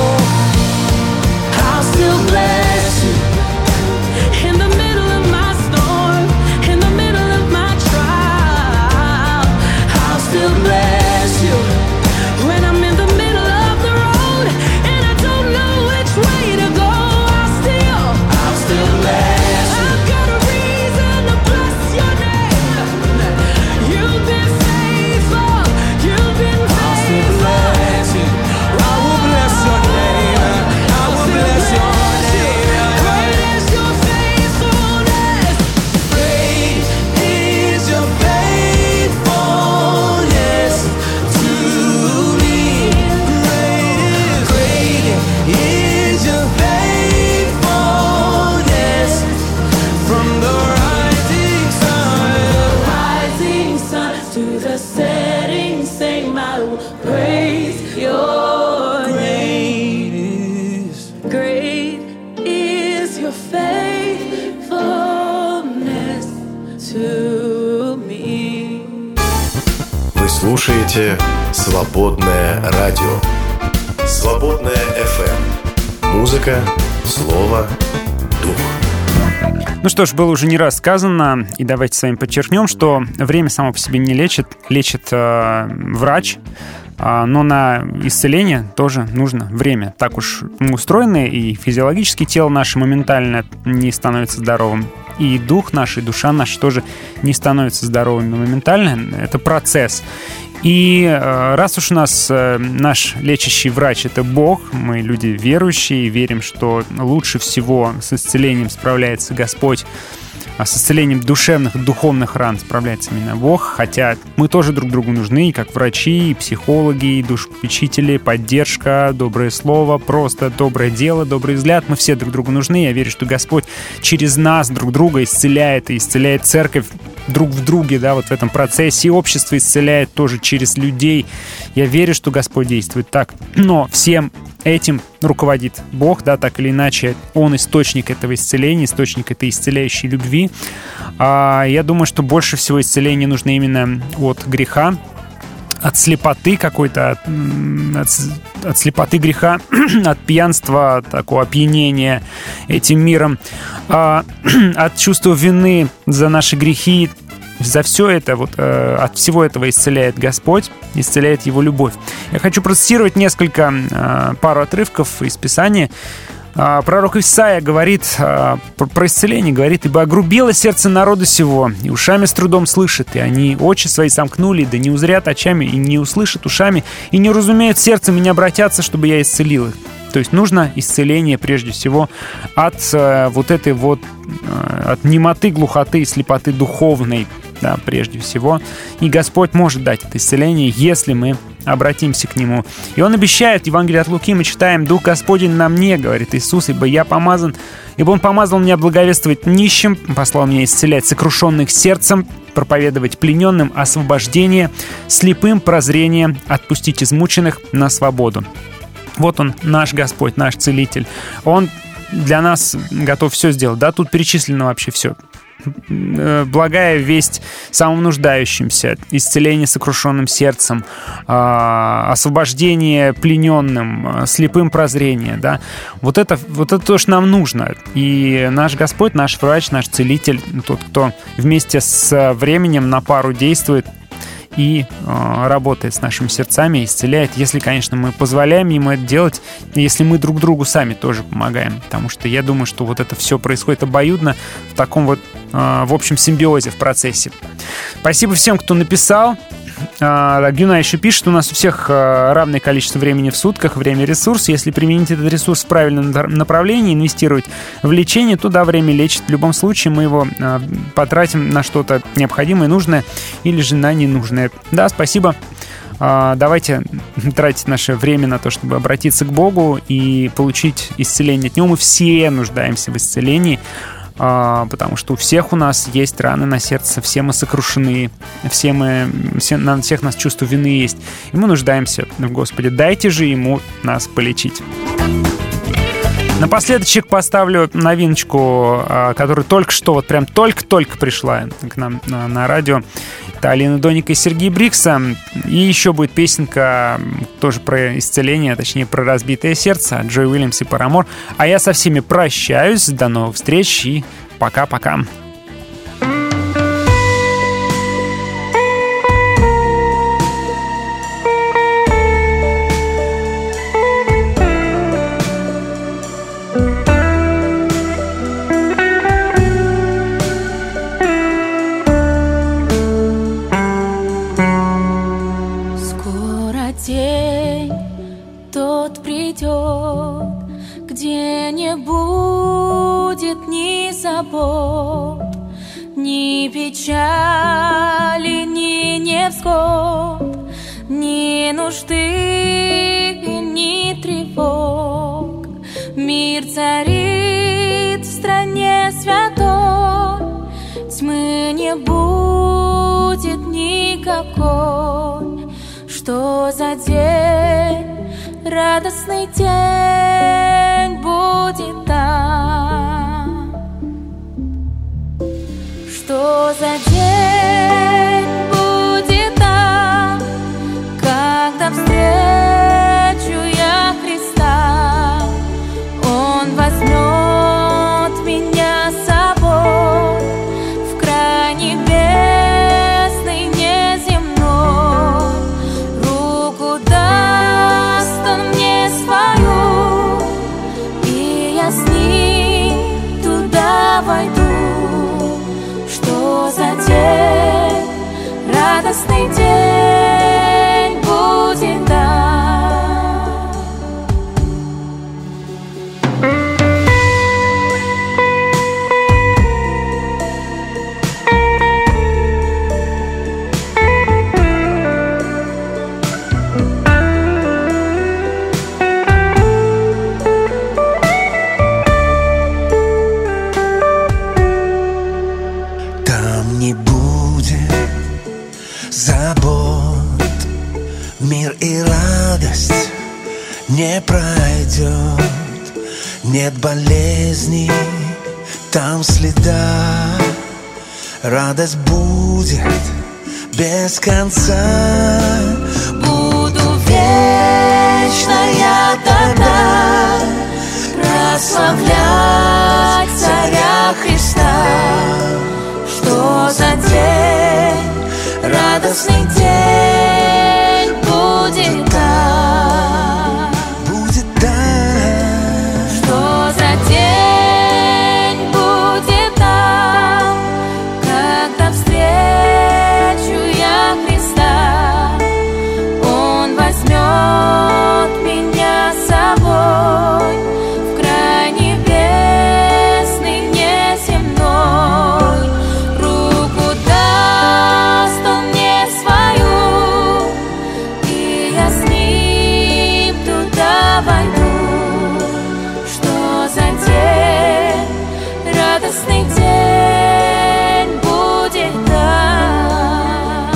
I'll still bless you in the middle of my storm, in the middle of my trial. I'll still bless you when I'm in the middle of the road and I don't know which way to go. I'll still bless you. I've got a reason to bless your name. You've been faithful. You've been faithful. I'll still bless you. I will bless your name. I will bless your name. Great is your faithfulness. Great is your faithfulness to me. Great is your faithfulness from the rising sun to the setting same. I will praise your name. Great is your faithfulness to me. Вы слушаете «Свободное радио». «Свободное FM». Музыка, слово, дух. Ну что ж, было уже не раз сказано, и давайте с вами подчеркнем, что время само по себе не лечит, лечит врач, но на исцеление тоже нужно время. Так уж мы устроены, и физиологически тело наше моментально не становится здоровым, и дух наш, и душа наша тоже не становятся здоровыми моментально. Это процесс. И раз уж у нас наш лечащий врач — это Бог, мы люди верующие, верим, что лучше всего с исцелением справляется Господь, а с исцелением душевных, духовных ран справляется именно Бог, хотя мы тоже друг другу нужны, и как врачи, и психологи, и душепопечители, поддержка, доброе слово, просто доброе дело, добрый взгляд. Мы все друг другу нужны. Я верю, что Господь через нас друг друга исцеляет, и исцеляет церковь друг в друге, да, вот в этом процессе. И общество исцеляет тоже через людей. Я верю, что Господь действует так. Но всем этим руководит Бог, да, так или иначе. Он источник этого исцеления, источник этой исцеляющей любви. Я думаю, что больше всего исцеления нужно именно от греха, от слепоты какой-то, от слепоты греха, от пьянства, от такого опьянения этим миром, от чувства вины за наши грехи. За все это, вот от всего этого исцеляет Господь, исцеляет Его любовь. Я хочу процитировать пару отрывков из Писания. Пророк Исаия говорит про исцеление, говорит: «Ибо огрубело сердце народа сего, и ушами с трудом слышат, и они очи свои сомкнули, да не узрят очами, и не услышат ушами, и не уразумеют сердцем, и не обратятся, чтобы я исцелил их». То есть нужно исцеление прежде всего от вот этой вот от немоты, глухоты и слепоты духовной, да, прежде всего. И Господь может дать это исцеление, если мы обратимся к Нему. И Он обещает, в Евангелии от Луки мы читаем: «Дух Господень на мне, говорит Иисус, ибо Он помазал меня благовествовать нищим, послал меня исцелять сокрушенных сердцем, проповедовать плененным освобождение, слепым прозрение, отпустить измученных на свободу». Вот Он, наш Господь, наш Целитель. Он для нас готов все сделать. Да, тут перечислено вообще все. Благая весть самым нуждающимся, исцеление сокрушенным сердцем, освобождение плененным, слепым прозрение, да. Вот это то, что нам нужно. И наш Господь, наш врач, наш Целитель, тот, кто вместе с временем на пару действует и работает с нашими сердцами, исцеляет, если, конечно, мы позволяем Ему это делать, если мы друг другу сами тоже помогаем. Потому что я думаю, что вот это все происходит обоюдно в таком вот, в общем, симбиозе в процессе. Спасибо всем, кто написал. Гюна еще пишет: у нас у всех равное количество времени в сутках, время — ресурс. Если применить этот ресурс в правильном направлении, инвестировать в лечение, то да, время лечит. В любом случае мы его потратим на что-то необходимое, нужное или же на ненужное. Да, спасибо. Давайте тратить наше время на то, чтобы обратиться к Богу и получить исцеление от Него. Мы все нуждаемся в исцелении, потому что у всех у нас есть раны на сердце, все мы сокрушены, на всех нас чувство вины есть, и мы нуждаемся в Господе. Дайте же Ему нас полечить. Напоследочек поставлю новиночку, которая только что, вот прям только-только пришла к нам на радио. Это Алина Доника и Сергей Брикса. И еще будет песенка тоже про исцеление, точнее про разбитое сердце от Джой Уильямс и Парамор. А я со всеми прощаюсь. До новых встреч и пока-пока. Где не будет ни забот, ни печали, ни невзгод, ни нужды, ни тревог. Мир царит в стране святой, тьмы не будет никакой. Что за день? Радостный день будет там. Что за день будет там, когда встречу я Христа? Он возьмет меня с собой в край небесный, неземной. Руку даст Он мне свою, и я с ним туда войду. Что за день, радостный день Нет болезни, там следа. Радость будет без конца. Буду вечно я тогда прославлять Царя Христа. Что за день, радостный день будет там. Будет там. Что за день будет там, когда встречу я Христа. Он возьмет меня с собой в край небесный, неземной. Руку даст он мне свою, и я с ним туда войду. Что за день, радостный день будет там.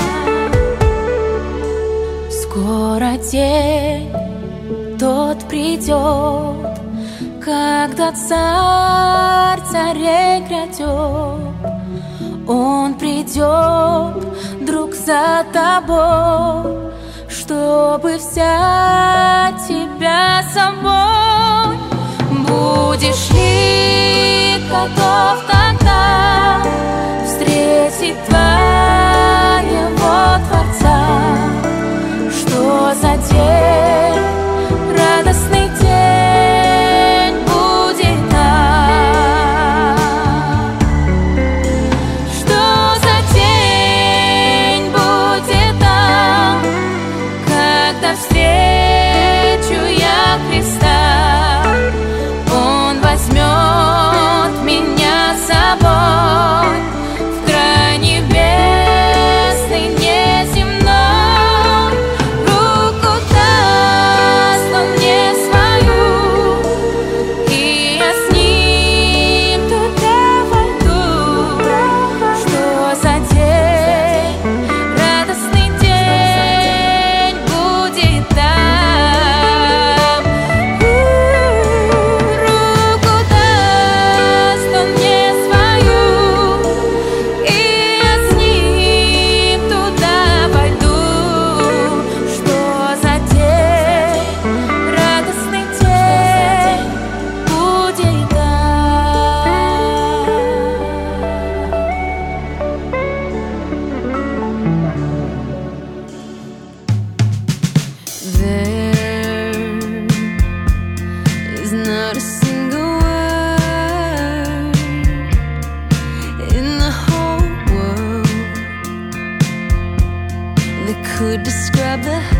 Скоро день тот придет, когда царь царей грядет. Он придет, друг, за тобой, чтобы взять тебя с собой. Будешь ли готов тогда встретить твоего Творца? Что за день, радостный день будет там. Что за день будет там, когда встречу я Христа. Он возьмет меня с собой в край небесный, неземной. Руку даст он мне свою, и я с ним туда войду. Что за день, радостный день будет там. Руку даст он мне свою, и я с ним туда войду. Что за день, радостный день будет There is not a single word in the whole world that could describe the